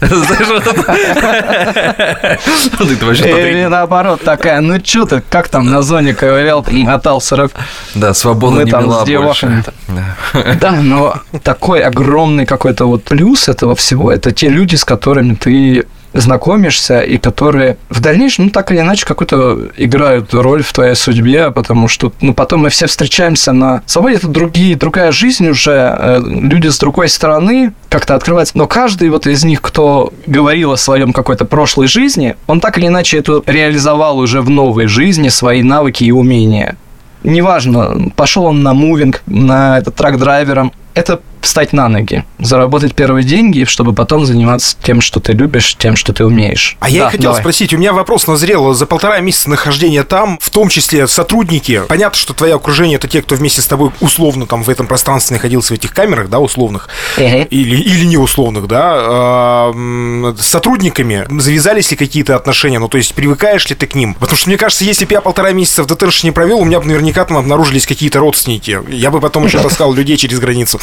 Или наоборот такая, ну что ты, как там на зоне ковырял, мотал сорок. Да, свобода не мила больше. Да, но такой огромный какой-то вот плюс этого всего, это те люди, с которыми ты знакомишься, и которые в дальнейшем, ну, так или иначе, какую-то играют роль в твоей судьбе, потому что, ну, потом мы все встречаемся на свободе, это другие, другая жизнь уже, люди с другой стороны как-то открываются, но каждый вот из них, кто говорил о своем какой-то прошлой жизни, он так или иначе это реализовал уже в новой жизни, свои навыки и умения. Неважно, пошел он на мувинг, на этот трак-драйвером, это встать на ноги, заработать первые деньги, чтобы потом заниматься тем, что ты любишь, тем, что ты умеешь. А я да, и хотел давай. спросить, у меня вопрос назрел. За полтора месяца нахождения там, в том числе сотрудники, понятно, что твое окружение — это те, кто вместе с тобой условно там в этом пространстве находился, в этих камерах, да, условных, uh-huh. или, или не условных, да, с сотрудниками завязались ли какие-то отношения, ну, то есть привыкаешь ли ты к ним? Потому что, мне кажется, если бы я полтора месяца в ДТРШ не провел, у меня бы наверняка там обнаружились какие-то родственники. Я бы потом еще таскал людей через границу.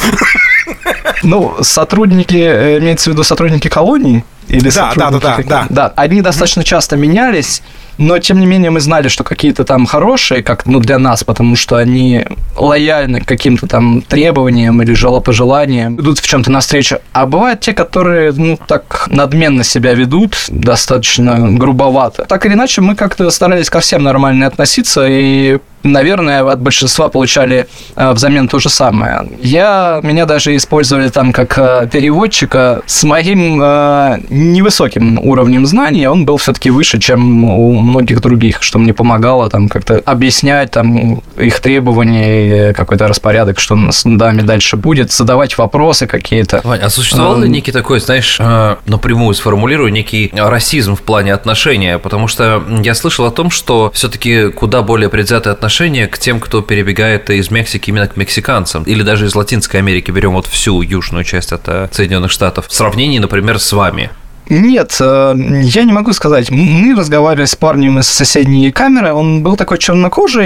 Ну, сотрудники, имеется в виду сотрудники колонии? Или да, да, да, да, да. Да, они достаточно часто менялись, но, тем не менее, мы знали, что какие-то там хорошие, как, ну, для нас, потому что они лояльны к каким-то там требованиям или пожеланиям, идут в чем-то навстречу. А бывают те, которые, ну, так надменно себя ведут, достаточно грубовато. Так или иначе, мы как-то старались ко всем нормально относиться, и, наверное, от большинства получали э, взамен то же самое. Я, меня даже использовали там как э, переводчика с моим э, невысоким уровнем знаний, он был все-таки выше, чем у многих других, что мне помогало там как-то объяснять там их требования, какой-то распорядок, что с нами дальше будет, задавать вопросы какие-то. Вань, а существовал ли некий такой, знаешь, напрямую сформулирую, некий расизм в плане отношения? Потому что я слышал о том, что все-таки куда более предвзятое отношение к тем, кто перебегает из Мексики именно к мексиканцам, или даже из Латинской Америки, берем вот всю южную часть от Соединенных Штатов, в сравнении, например, с вами. Нет, я не могу сказать. Мы разговаривали с парнем из соседней камеры, он был такой чернокожий,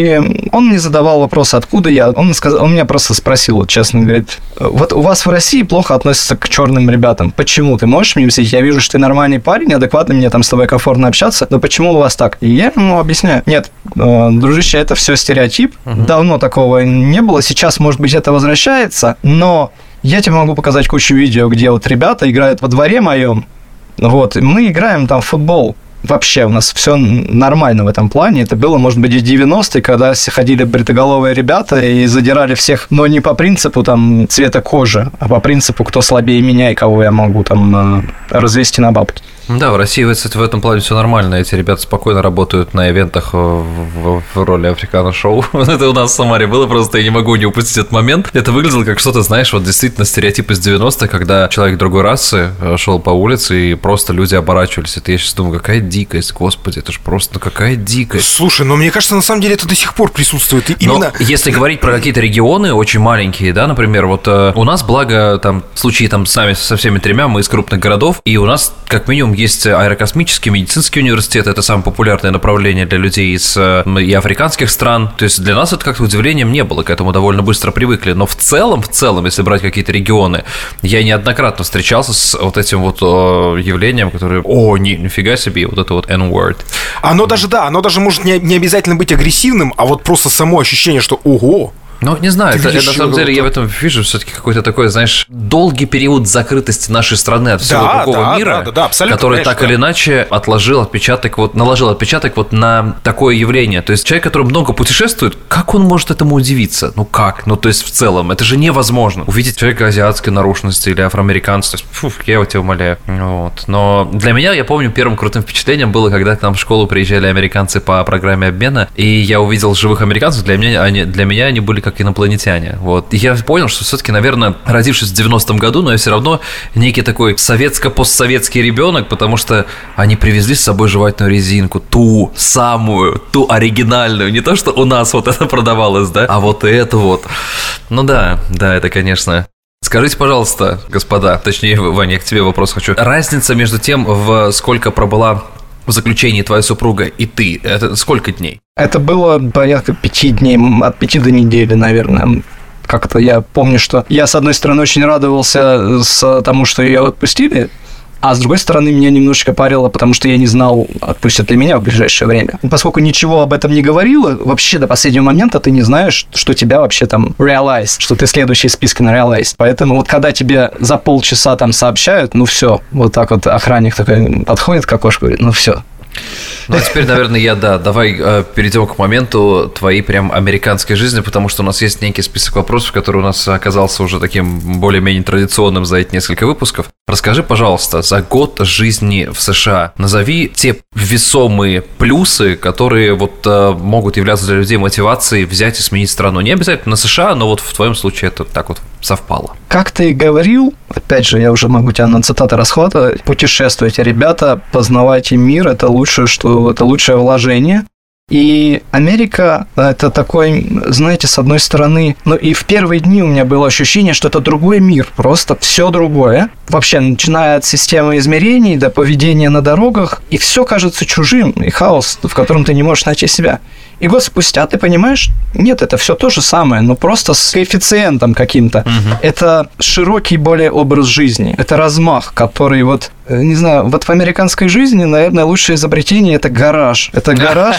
и он не задавал вопроса, откуда я. Он, сказал, он меня просто спросил, честно, говорит, вот у вас в России плохо относятся к черным ребятам. Почему? Ты можешь мне объяснить? Я вижу, что ты нормальный парень, адекватный, мне там с тобой комфортно общаться, но почему у вас так? И я ему объясняю. Нет, дружище, это все стереотип. Uh-huh. Давно такого не было. Сейчас, может быть, это возвращается, но... Я тебе могу показать кучу видео, где вот ребята играют во дворе моем. Вот, мы играем там в футбол. Вообще у нас все нормально в этом плане. Это было, может быть, в девяностые, когда ходили бритоголовые ребята и задирали всех, но не по принципу там цвета кожи, а по принципу, кто слабее меня и кого я могу там развести на бабки. Да, в России, кстати, в этом плане все нормально. Эти ребята спокойно работают на ивентах в, в, в роли африкано-шоу. Это у нас в Самаре было, просто я не могу не упустить этот момент. Это выглядело как что-то, знаешь, вот действительно стереотип из девяностых, когда человек другой расы шел по улице, и просто люди оборачивались. Это я сейчас думаю, какая дикость, господи, это же просто какая дикость. Слушай, ну мне кажется, на самом деле это до сих пор присутствует. И именно... Но если говорить про какие-то регионы очень маленькие, да, например, вот э, у нас, благо, там, в случае там сами со всеми тремя, мы из крупных городов, и у нас, как минимум, есть аэрокосмический, медицинский университет, это самое популярное направление для людей из и африканских стран. То есть для нас это как-то удивлением не было, к этому довольно быстро привыкли. Но в целом, в целом, если брать какие-то регионы, я неоднократно встречался с вот этим вот о, явлением, которое, о, ни, нифига себе, вот это вот N-word. Оно даже, да, оно даже может не, не обязательно быть агрессивным, а вот просто само ощущение, что ого. Ну, не знаю, это, это, на самом деле, я в этом вижу все-таки какой-то такой, знаешь, долгий период закрытости нашей страны от всего да, другого да, мира, да, да, да, который конечно, так или иначе отложил отпечаток, вот, наложил отпечаток вот на такое явление. То есть человек, который много путешествует, как он может этому удивиться? Ну как? Ну, то есть в целом, это же невозможно. Увидеть человека азиатской наружности или афроамериканца, то есть, фу, я тебя умоляю. Вот. Но для меня, я помню, первым крутым впечатлением было, когда к нам в школу приезжали американцы по программе обмена, и я увидел живых американцев, для меня они, для меня они были как инопланетяне. Вот. И я понял, что все-таки, наверное, родившись в девяностом году, но я все равно некий такой советско-постсоветский ребенок, потому что они привезли с собой жевательную резинку, ту самую, ту оригинальную, не то, что у нас вот это продавалось, да, а вот это вот. Ну да, да, это, конечно... Скажите, пожалуйста, господа, точнее, Ваня, я к тебе вопрос хочу. Разница между тем, в сколько пробыла в заключении твоя супруга и ты, это сколько дней? Это было порядка пяти дней, от пяти до недели, наверное. Как-то я помню, что я, с одной стороны, очень радовался с тому, что ее отпустили, а с другой стороны, меня немножечко парило, потому что я не знал, отпустят ли меня в ближайшее время. Поскольку ничего об этом не говорило, вообще до последнего момента ты не знаешь, что тебя вообще там realize, что ты следующий в списке на realize. Поэтому вот когда тебе за полчаса там сообщают, ну все, вот так вот охранник такой подходит к окошку и говорит, ну все. Ну, а теперь, наверное, я, да, давай э, перейдем к моменту твоей прям американской жизни, потому что у нас есть некий список вопросов, который у нас оказался уже таким более-менее традиционным за эти несколько выпусков. Расскажи, пожалуйста, за год жизни в США назови те весомые плюсы, которые вот э, могут являться для людей мотивацией взять и сменить страну. Не обязательно на США, но вот в твоем случае это так вот совпало. Как ты говорил, опять же, я уже могу тебя на цитаты расхватывать, путешествуйте, ребята, познавайте мир, это лучшее, что это лучшее вложение. И Америка – это такой, знаете, с одной стороны, ну и в первые дни у меня было ощущение, что это другой мир, просто все другое. Вообще, начиная от системы измерений до поведения на дорогах, и все кажется чужим, и хаос, в котором ты не можешь найти себя. И год спустя ты понимаешь, нет, это все то же самое, но просто с коэффициентом каким-то. Угу. Это широкий более образ жизни, это размах, который вот, не знаю, вот в американской жизни, наверное, лучшее изобретение – это гараж. Это гараж,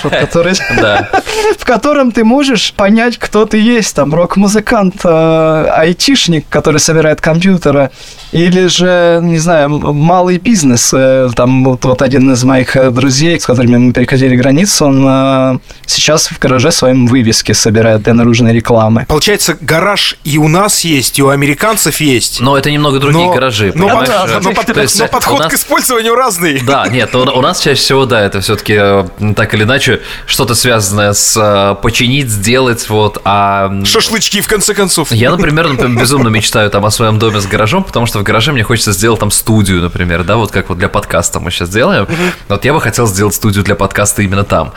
в котором ты можешь понять, кто ты есть, там, рок-музыкант, айтишник, который собирает компьютеры, или же, не знаю, малый бизнес. Там вот один из моих друзей, с которыми мы переходили границу, он сейчас в гараже своем вывески собирает для наружной рекламы. Получается, гараж и у нас есть, и у американцев есть. Но это немного другие но, гаражи. Но, под, но, под, есть, но подход нас... к использованию разный. Да, нет, у, у нас чаще всего, да, это все-таки так или иначе что-то связанное с починить, сделать, вот, а... Шашлычки, в конце концов. Я, например, например, безумно мечтаю там о своем доме с гаражом, потому что в гараже мне хочется сделать там студию, например, да, вот как вот для подкаста мы сейчас делаем. Uh-huh. Вот я бы хотел сделать студию для подкаста именно там.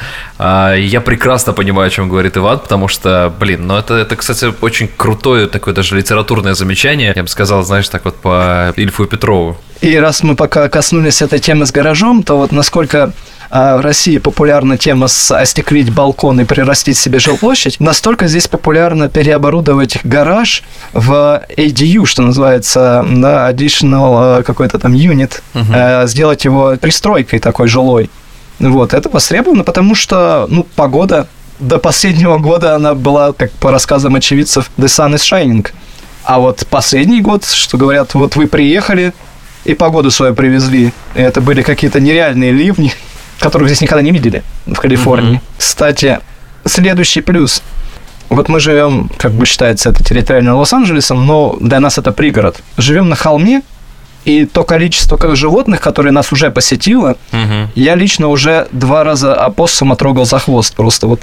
Я прекрасно понимаю, о чем говорит Иван, потому что, блин, ну это, это, кстати, очень крутое такое даже литературное замечание. Я бы сказал, знаешь, так вот по Ильфу и Петрову. И раз мы пока коснулись этой темы с гаражом, то вот насколько в России популярна тема с остеклить балкон и прирастить себе жилплощадь, настолько здесь популярно переоборудовать гараж в эй ди ю, что называется, да, additional какой-то там unit, uh-huh. сделать его пристройкой такой жилой. Вот, это востребовано, потому что, ну, погода до последнего года она была, как по рассказам очевидцев, the sun is shining. А вот последний год, что говорят, вот вы приехали и погоду свою привезли, и это были какие-то нереальные ливни, которых здесь никогда не видели в Калифорнии. Mm-hmm. Кстати, следующий плюс. Вот мы живем, как бы считается, это территориально Лос-Анджелесом, но для нас это пригород. Живем на холме, и то количество как животных, которые нас уже посетило, угу. я лично уже два раза опоссума трогал за хвост. Просто вот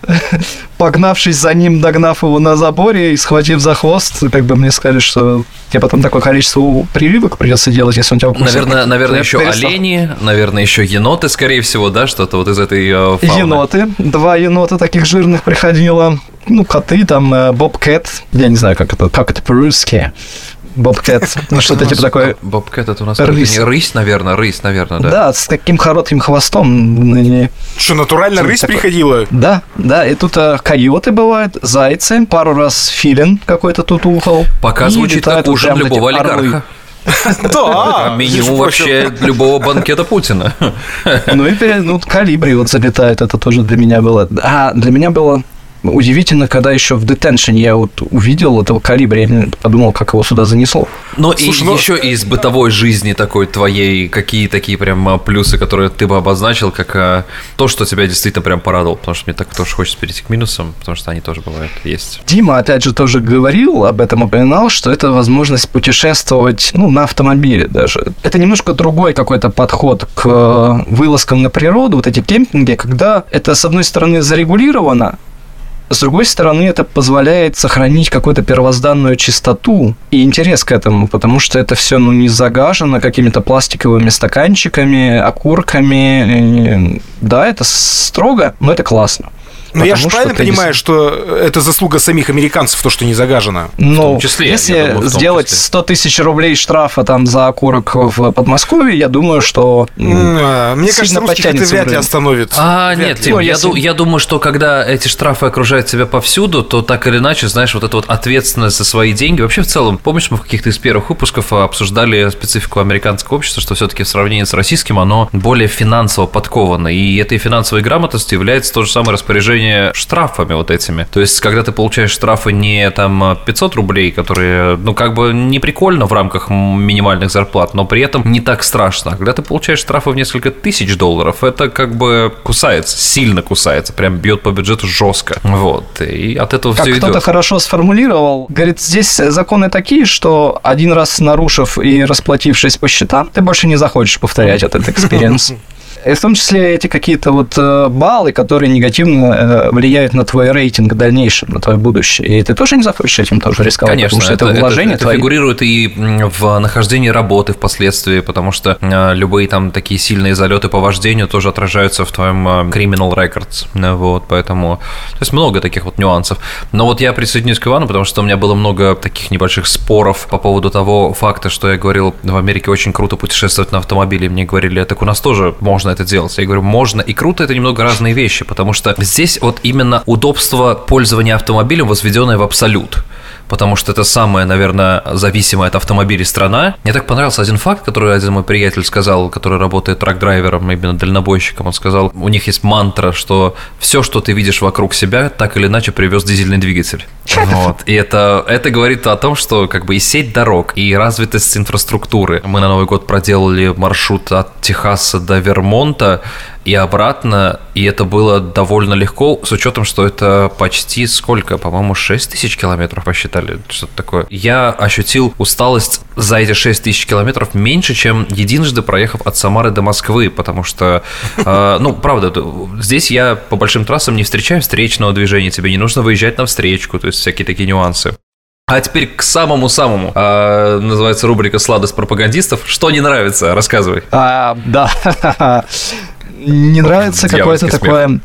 погнавшись за ним, догнав его на заборе и схватив за хвост, как бы мне сказали, что тебе потом такое количество прививок придется делать, если он тебя укусит. Наверное, наверное еще перестал. Олени, наверное, еще еноты, скорее всего, да, что-то вот из этой э, фауны. Еноты. Два енота таких жирных приходило. Ну, коты, там, бобкэт. Я не знаю, как это, как это по-русски. Бобкэт, ну что-то типа такое. Бобкэт это у нас рысь. Не рысь, наверное, рысь, наверное, да. Да, с таким коротким хвостом. Что, натурально рысь такое? Приходила? Да, да, и тут а, койоты бывают, зайцы, пару раз филин какой-то тут ухал. Пока звучит как ужин любого олигарха. Да, минимум вообще любого банкета Путина. Ну и ну колибри вот залетает, это тоже для меня было. А для меня было удивительно, когда еще в детеншене я вот увидел этого колибри, я подумал, как его сюда занесло. Ну и ну... еще из бытовой жизни такой твоей, какие такие прям плюсы, которые ты бы обозначил, как а, то, что тебя действительно прям порадовало, потому что мне так тоже хочется перейти к минусам, потому что они тоже бывают, есть. Дима, опять же, тоже говорил об этом, упоминал, что это возможность путешествовать, ну, на автомобиле даже. Это немножко другой какой-то подход к вылазкам на природу, вот эти кемпинги, когда это, с одной стороны, зарегулировано, с другой стороны, это позволяет сохранить какую-то первозданную чистоту и интерес к этому, потому что это все ну, не загажено какими-то пластиковыми стаканчиками, окурками. Да, это строго, но это классно. Но я же правильно понимаю, что это заслуга самих американцев, то, что не загажено? Ну, в том числе, если думаю, сделать числе. сто тысяч рублей штрафа там за окурок в Подмосковье, я думаю, что а, мне кажется, русских это вряд ли остановит. А, вряд нет, ли. Тим, ну, я, если... ду- я думаю, что когда эти штрафы окружают тебя повсюду, то так или иначе, знаешь, вот эта вот ответственность за свои деньги. Вообще, в целом, помнишь, мы в каких-то из первых выпусков обсуждали специфику американского общества, что все-таки в сравнении с российским оно более финансово подковано. И этой финансовой грамотностью является то же самое распоряжение штрафами вот этими. То есть, когда ты получаешь штрафы не там пятьсот рублей, которые, ну, как бы не прикольно в рамках минимальных зарплат, но при этом не так страшно. Когда ты получаешь штрафы в несколько тысяч долларов, это как бы кусается, сильно кусается, прям бьет по бюджету жестко. Вот. И от этого как все идет. Как кто-то хорошо сформулировал, говорит, здесь законы такие, что один раз нарушив и расплатившись по счетам, ты больше не захочешь повторять этот экспириенс. И в том числе эти какие-то вот баллы, которые негативно влияют на твой рейтинг в дальнейшем, на твое будущее. И ты тоже не захочешь этим тоже рисковать. Конечно, потому что это, это вложение это, твои. Это фигурирует и в нахождении работы впоследствии, потому что любые там такие сильные залеты по вождению тоже отражаются в твоем criminal records. Вот, поэтому... То есть много таких вот нюансов. Но вот я присоединюсь к Ивану, потому что у меня было много таких небольших споров по поводу того факта, что я говорил, в Америке очень круто путешествовать на автомобиле. И мне говорили, так у нас тоже можно это делать. Я говорю, можно и круто, это немного разные вещи, потому что здесь вот именно удобство пользования автомобилем возведенное в абсолют. Потому что это самая, наверное, зависимая от автомобилей страна. Мне так понравился один факт, который один мой приятель сказал, который работает трак-драйвером, именно дальнобойщиком. Он сказал, у них есть мантра, что все, что ты видишь вокруг себя, так или иначе привез дизельный двигатель. Вот. И это, это говорит о том, что как бы и сеть дорог, и развитость инфраструктуры. Мы на Новый год проделали маршрут от Техаса до Вермонта и обратно, и это было довольно легко, с учетом, что это почти сколько, по-моему, шесть тысяч километров посчитали, что-то такое. Я ощутил усталость за эти шесть тысяч километров меньше, чем единожды проехав от Самары до Москвы, потому что, э, ну, правда, здесь я по большим трассам не встречаю встречного движения, тебе не нужно выезжать на встречку, то есть всякие такие нюансы. А теперь к самому-самому. А, называется рубрика «Сладость пропагандистов». Что не нравится? Рассказывай. А, да. Не нравится какое-то такое...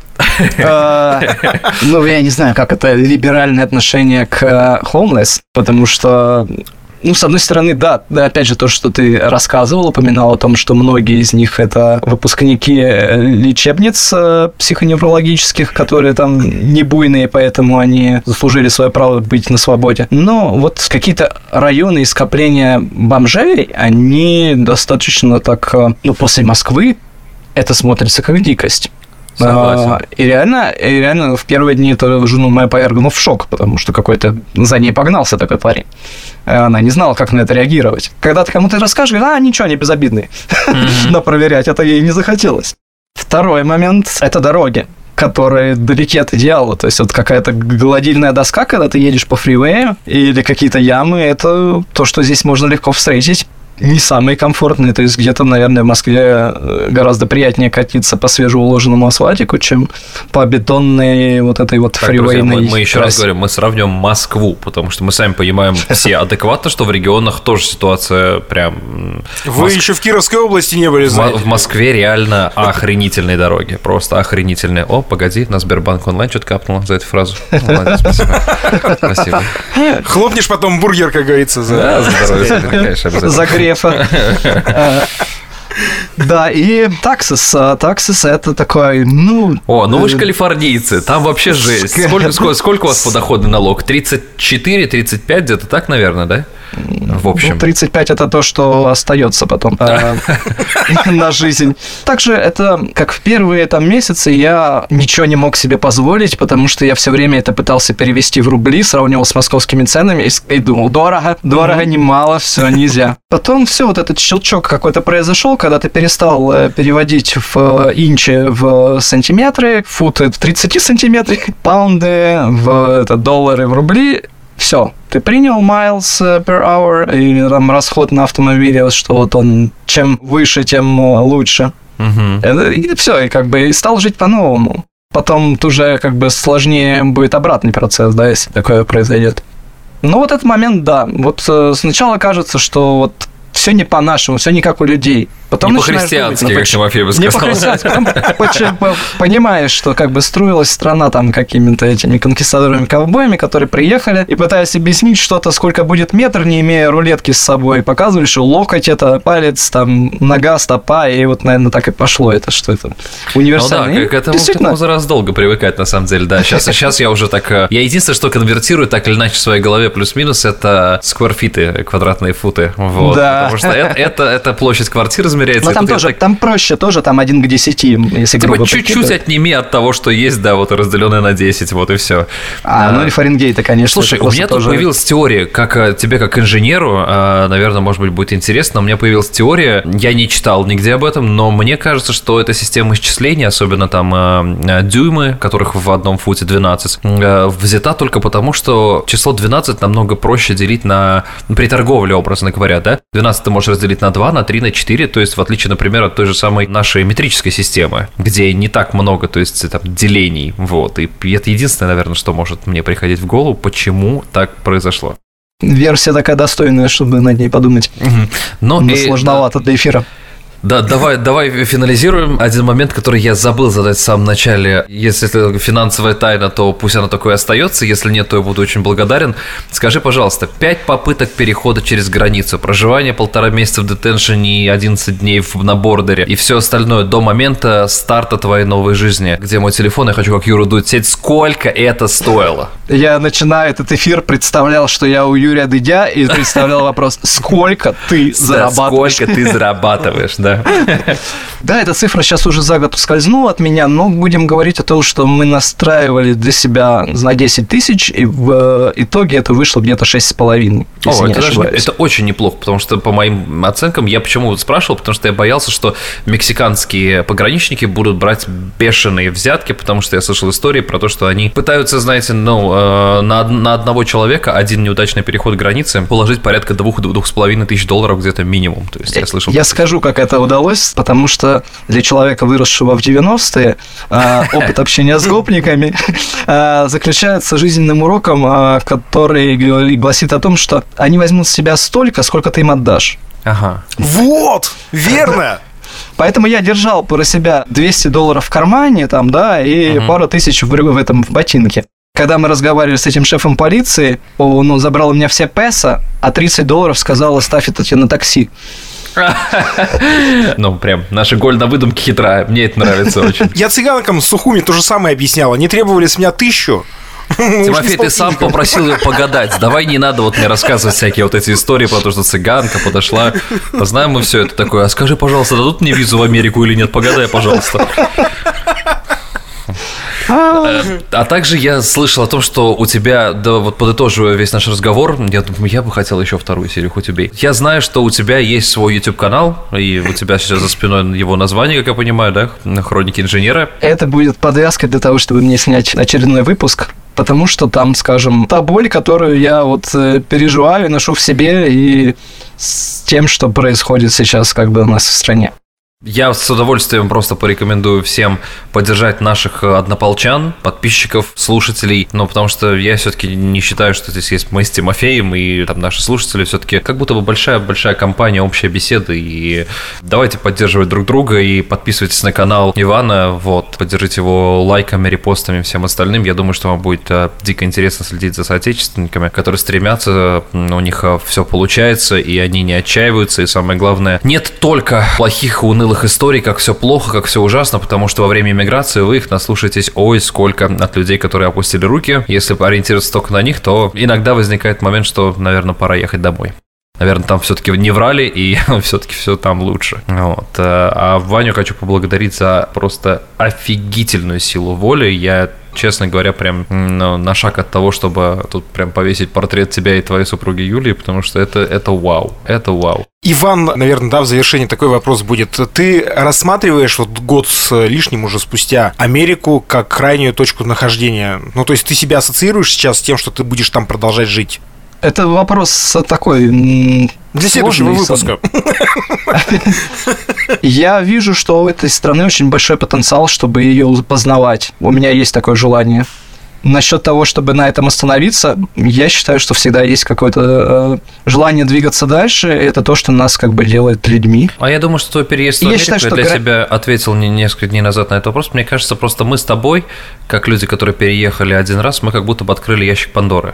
Ну, я не знаю, как это либеральное отношение к homeless, потому что... Ну, с одной стороны, да, да, опять же, то, что ты рассказывал, упоминал о том, что многие из них это выпускники лечебниц психоневрологических, которые там не буйные, поэтому они заслужили свое право быть на свободе. Но вот какие-то районы и скопления бомжей, они достаточно так, ну, после Москвы это смотрится как дикость. А, и реально, и реально в первые дни эту жену мою повергнул в шок, потому что какой-то за ней погнался такой парень. Она не знала, как на это реагировать. Когда ты кому-то расскажешь, говорит, а, ничего, они безобидные. Mm-hmm. Но проверять это ей не захотелось. Второй момент – это дороги, которые далеки от идеала. То есть вот какая-то гладильная доска, когда ты едешь по фривею, или какие-то ямы – это то, что здесь можно легко встретить. Не самые комфортные, то есть где-то, наверное, в Москве гораздо приятнее катиться по свежеуложенному асфальтику, чем по бетонной вот этой вот так, фривейной друзья, мы, мы еще раз говорим, мы сравниваем Москву, потому что мы сами понимаем все адекватно, что в регионах тоже ситуация прям... Вы Моск... еще в Кировской области не были, знаете. В Москве реально охренительные дороги, просто охренительные. О, погоди, на Сбербанк онлайн что-то капнуло за эту фразу. Молодец, спасибо. Спасибо. Хлопнешь потом бургер, как говорится. Да, за здоровье, конечно, обязательно. Да, и таксис. Таксис это такой, ну... О, ну вы же калифорнийцы, там вообще жесть. Сколько, сколько, сколько у вас подоходный налог? тридцать четыре - тридцать пять где-то так, наверное, да? В общем. Ну, тридцать пять это то, что остается потом на жизнь. Также это, как в первые там месяцы, я ничего не мог себе позволить, потому что я все время это пытался перевести в рубли, сравнивал с московскими ценами и думал, дорого, дорого, немало, все, нельзя. Потом все, вот этот щелчок какой-то произошел, когда ты перестал переводить в инчи в сантиметры, футы в тридцать сантиметров, паунды в это, доллары в рубли. Все, ты принял miles per hour или там расход на автомобиле, что вот он чем выше, тем лучше. Uh-huh. И все, и как бы и стал жить по-новому. Потом уже как бы сложнее будет обратный процесс, да, если такое произойдет. Ну вот этот момент, да. Вот сначала кажется, что вот все не по-нашему, все не как у людей. Потом не по-христиански, думать, ну, как Тимофей бы сказал. Не по-христиански. Потом понимаешь, что как бы строилась страна там какими-то этими конкистадорами-ковбоями, которые приехали, и пытаясь объяснить что-то, сколько будет метр, не имея рулетки с собой, показывали, что локоть это палец, там, нога, стопа, и вот, наверное, так и пошло это, что это универсально. Ну да, к этому, к этому за раз долго привыкать, на самом деле, да. Сейчас, сейчас я уже так... Я единственное, что конвертирую так или иначе в своей голове плюс-минус, это скварфиты, квадратные футы. Вот, да. Потому что это, это, это площадь квартиры измеряется. Но там тоже, так... там проще тоже, там один к десяти, если грубо типа чуть-чуть прикидывать. Отними от того, что есть, да, вот разделенное на десять, вот и все. А, а ну и Фаренгейта, конечно. Слушай, у меня тоже... тут появилась теория, как тебе, как инженеру, наверное, может быть, будет интересно, но у меня появилась теория, я не читал нигде об этом, но мне кажется, что эта система исчисления, особенно там дюймы, которых в одном футе двенадцать, взята только потому, что число двенадцать намного проще делить на... при торговле, образно говоря, да? двенадцать ты можешь разделить на два, на три, на четыре, то есть в отличие, например, от той же самой нашей метрической системы, где не так много, то есть там делений, вот, и это единственное, наверное, что может мне приходить в голову, почему так произошло. Версия такая достойная, чтобы над ней подумать. Но, Но и, сложновато да. для эфира. Да, давай, давай финализируем. Один момент, который я забыл задать в самом начале. Если это финансовая тайна, то пусть она такой остается. Если нет, то я буду очень благодарен. Скажи, пожалуйста, пять попыток перехода через границу, проживание полтора месяца в детеншене и одиннадцать дней на бордере и все остальное до момента старта твоей новой жизни. Где мой телефон? Я хочу как Юра Дудь сеть. Сколько это стоило? Я, начиная этот эфир, представлял, что я у Юрия Дудя и представлял вопрос, сколько ты зарабатываешь? Сколько ты зарабатываешь, да. Да, эта цифра сейчас уже за год ускользнула от меня, но будем говорить о том, что мы настраивали для себя на десять тысяч, и в итоге это вышло где-то шесть с половиной. О, это, даже, это очень неплохо, потому что по моим оценкам, я почему спрашивал, потому что я боялся, что мексиканские пограничники будут брать бешеные взятки, потому что я слышал истории про то, что они пытаются, знаете, ну, на, на одного человека один неудачный переход границы положить порядка двух-двух с половиной тысяч долларов где-то минимум. То есть я слышал. Я скажу, как это удалось, потому что для человека, выросшего в девяностые, опыт общения с гопниками заключается жизненным уроком, который гласит о том, что они возьмут с себя столько, сколько ты им отдашь. Ага. Вот! Верно! Поэтому я держал про себя двести долларов в кармане, там, да, и uh-huh. пару тысяч в, в этом в ботинке. Когда мы разговаривали с этим шефом полиции, он ну, забрал у меня все песо, а тридцать долларов сказал, оставь это тебе на такси. Ну, прям, наша голь на выдумке хитрая. Мне это нравится очень. Я цыганкам с Сухуми то же самое объяснял. Они требовали с меня тысячу. Тимофей, ты сам попросил ее погадать. Давай не надо вот мне рассказывать всякие вот эти истории про то, что цыганка подошла. Знаем мы все это такое. А скажи, пожалуйста, дадут мне визу в Америку или нет? Погадай, пожалуйста. А также я слышал о том, что у тебя, да, вот подытоживая весь наш разговор, я думаю, я бы хотел еще вторую серию «Хоть убей». Я знаю, что у тебя есть свой YouTube-канал, и у тебя сейчас за спиной его название, как я понимаю, да? «Хроники инженера». Это будет подвязка для того, чтобы мне снять очередной выпуск, потому что там, скажем, та боль, которую я вот переживаю, ношу в себе, и с тем, что происходит сейчас как бы у нас в стране. Я с удовольствием просто порекомендую всем поддержать наших однополчан, подписчиков, слушателей, но потому что я все-таки не считаю, что здесь есть мы с Тимофеем и там наши слушатели, все-таки как будто бы большая-большая компания, общая беседа, и давайте поддерживать друг друга и подписывайтесь на канал Ивана, вот, поддержите его лайками, репостами, всем остальным, я думаю, что вам будет дико интересно следить за соотечественниками, которые стремятся, у них все получается, и они не отчаиваются, и самое главное, нет только плохих и унылых историй, как все плохо, как все ужасно, потому что во время иммиграции вы их наслушаетесь ой сколько от людей, которые опустили руки. Если ориентироваться только на них, то иногда возникает момент, что, наверное, пора ехать домой. Наверное, там все-таки не врали, и все-таки все там лучше. Вот. А Ваню хочу поблагодарить за просто офигительную силу воли. Я, честно говоря, прям ну, на шаг от того, чтобы тут прям повесить портрет тебя и твоей супруги Юлии, потому что это, это вау, это вау. Иван, наверное, да, в завершении такой вопрос будет. Ты рассматриваешь вот год с лишним уже спустя Америку как крайнюю точку нахождения? Ну, то есть ты себя ассоциируешь сейчас с тем, что ты будешь там продолжать жить? Это вопрос такой... Для следующего выпуска. Я вижу, что у этой страны очень большой потенциал, чтобы ее познавать. У меня есть такое желание. насчет того, чтобы на этом остановиться, я считаю, что всегда есть какое-то э, желание двигаться дальше. Это то, что нас как бы делает людьми. А я думаю, что твой переезд в Америку, я для гра... себя ответил не несколько дней назад на этот вопрос. Мне кажется, просто мы с тобой, как люди, которые переехали один раз, мы как будто бы открыли ящик Пандоры.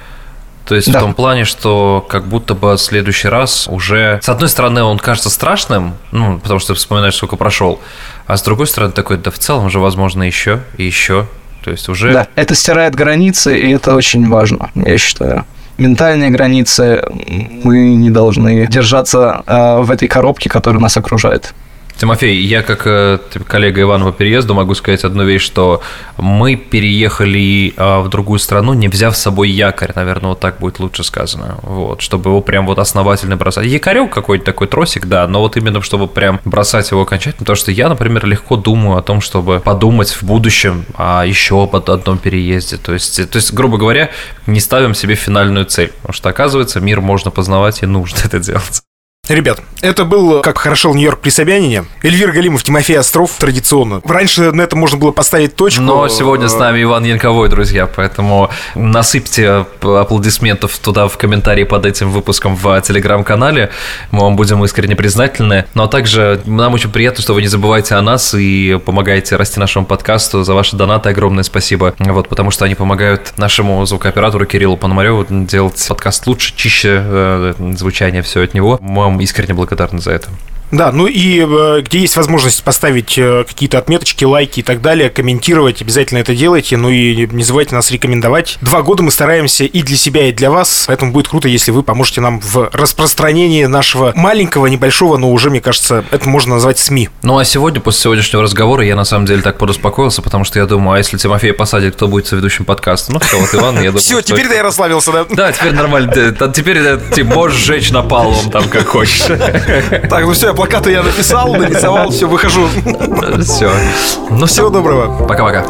То есть да. в том плане, что как будто бы в следующий раз уже... С одной стороны, он кажется страшным, ну, потому что ты вспоминаешь, сколько прошел, а с другой стороны, такой, да в целом же, возможно, еще и еще. То есть уже... Да, это стирает границы, и это очень важно, я считаю. Ментальные границы, мы не должны держаться э, в этой коробке, которая нас окружает. Тимофей, я как э, коллега Ивана по переезду могу сказать одну вещь, что мы переехали э, в другую страну, не взяв с собой якорь, наверное, вот так будет лучше сказано, вот, чтобы его прям вот основательно бросать. Якорек какой-то такой, тросик, да, но вот именно чтобы прям бросать его окончательно, потому что я, например, легко думаю о том, чтобы подумать в будущем о еще об одном переезде, то есть, то есть, грубо говоря, не ставим себе финальную цель, потому что, оказывается, мир можно познавать и нужно это делать. Ребят, это был «Как хорошел Нью-Йорк при Собянине». Эльвир Галимов, Тимофей Остров, традиционно. Раньше на этом можно было поставить точку. Но сегодня с нами Иван Янковой, друзья, поэтому насыпьте аплодисментов туда в комментарии под этим выпуском в Телеграм-канале. Мы вам будем искренне признательны. Но также нам очень приятно, что вы не забываете о нас и помогаете расти нашему подкасту. За ваши донаты огромное спасибо. Вот, потому что они помогают нашему звукооператору Кириллу Пономареву делать подкаст лучше, чище, э, звучание все от него. Мы искренне благодарны за это. Да, ну и э, где есть возможность поставить э, какие-то отметочки, лайки и так далее, комментировать, обязательно это делайте. Ну и не забывайте нас рекомендовать. Два года мы стараемся и для себя, и для вас, поэтому будет круто, если вы поможете нам в распространении нашего маленького, небольшого, но уже, мне кажется, это можно назвать СМИ. Ну а сегодня, после сегодняшнего разговора, я на самом деле так подуспокоился, потому что я думаю, а если Тимофея посадят, кто будет соведущим подкаста? Ну все, вот Иван, я думаю... Все, теперь-то я расслабился, да? Да, теперь нормально. Теперь ты можешь сжечь напалмом там, как хочешь. Так, ну все, я плакаты я написал, нарисовал, все, выхожу. Все. Ну, всего доброго. Пока-пока.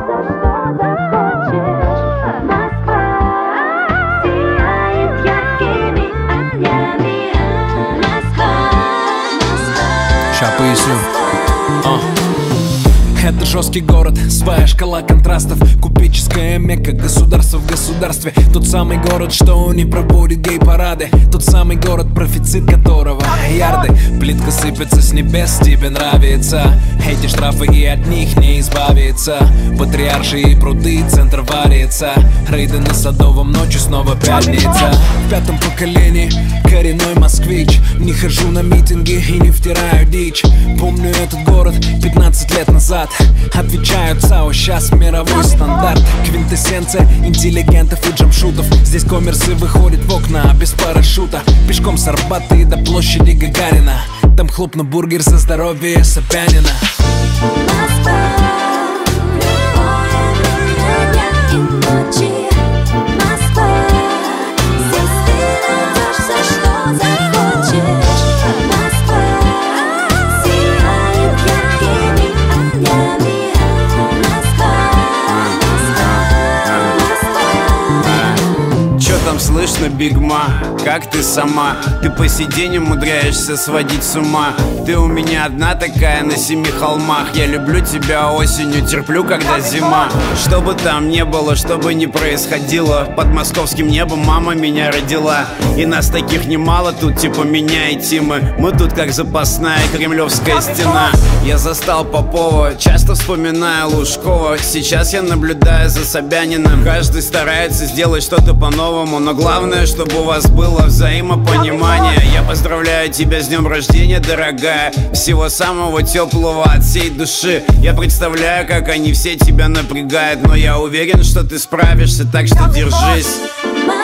Ща поясню. Это жесткий город, своя шкала контрастов, купеческая мекка, государство в государстве. Тот самый город, что не проводит гей-парады, тот самый город, профицит которого ярды. Плитка сыпется с небес, тебе нравится. Эти штрафы и от них не избавиться. Патриаршие пруды, центр варится. Рейды на Садовом, ночью снова пятница. В пятом поколении коренной москвич. Не хожу на митинги и не втираю дичь. Помню этот город пятнадцать лет назад. Отвечаю ЦАО, сейчас мировой стандарт. Квинтэссенция интеллигентов и джамшутов. Здесь коммерсы выходят в окна без парашюта. Пешком с Арбата до площади Гагарина. Там хлопну бургер за здоровье Собянина. Слышно, Бигма, как ты сама? Ты по сиденью умудряешься сводить с ума. Ты у меня одна такая на семи холмах. Я люблю тебя осенью, терплю, когда зима. Что бы там ни было, что бы ни происходило, под московским небом мама меня родила. И нас таких немало тут, типа меня и Тимы. Мы тут как запасная кремлевская стена. Я застал Попова, часто вспоминаю Лужкова. Сейчас я наблюдаю за Собяниным. Каждый старается сделать что-то по-новому, но главное, чтобы у вас было взаимопонимание. Я поздравляю тебя с днем рождения, дорогая. Всего самого теплого от всей души. Я представляю, как они все тебя напрягают, но я уверен, что ты справишься, так что держись.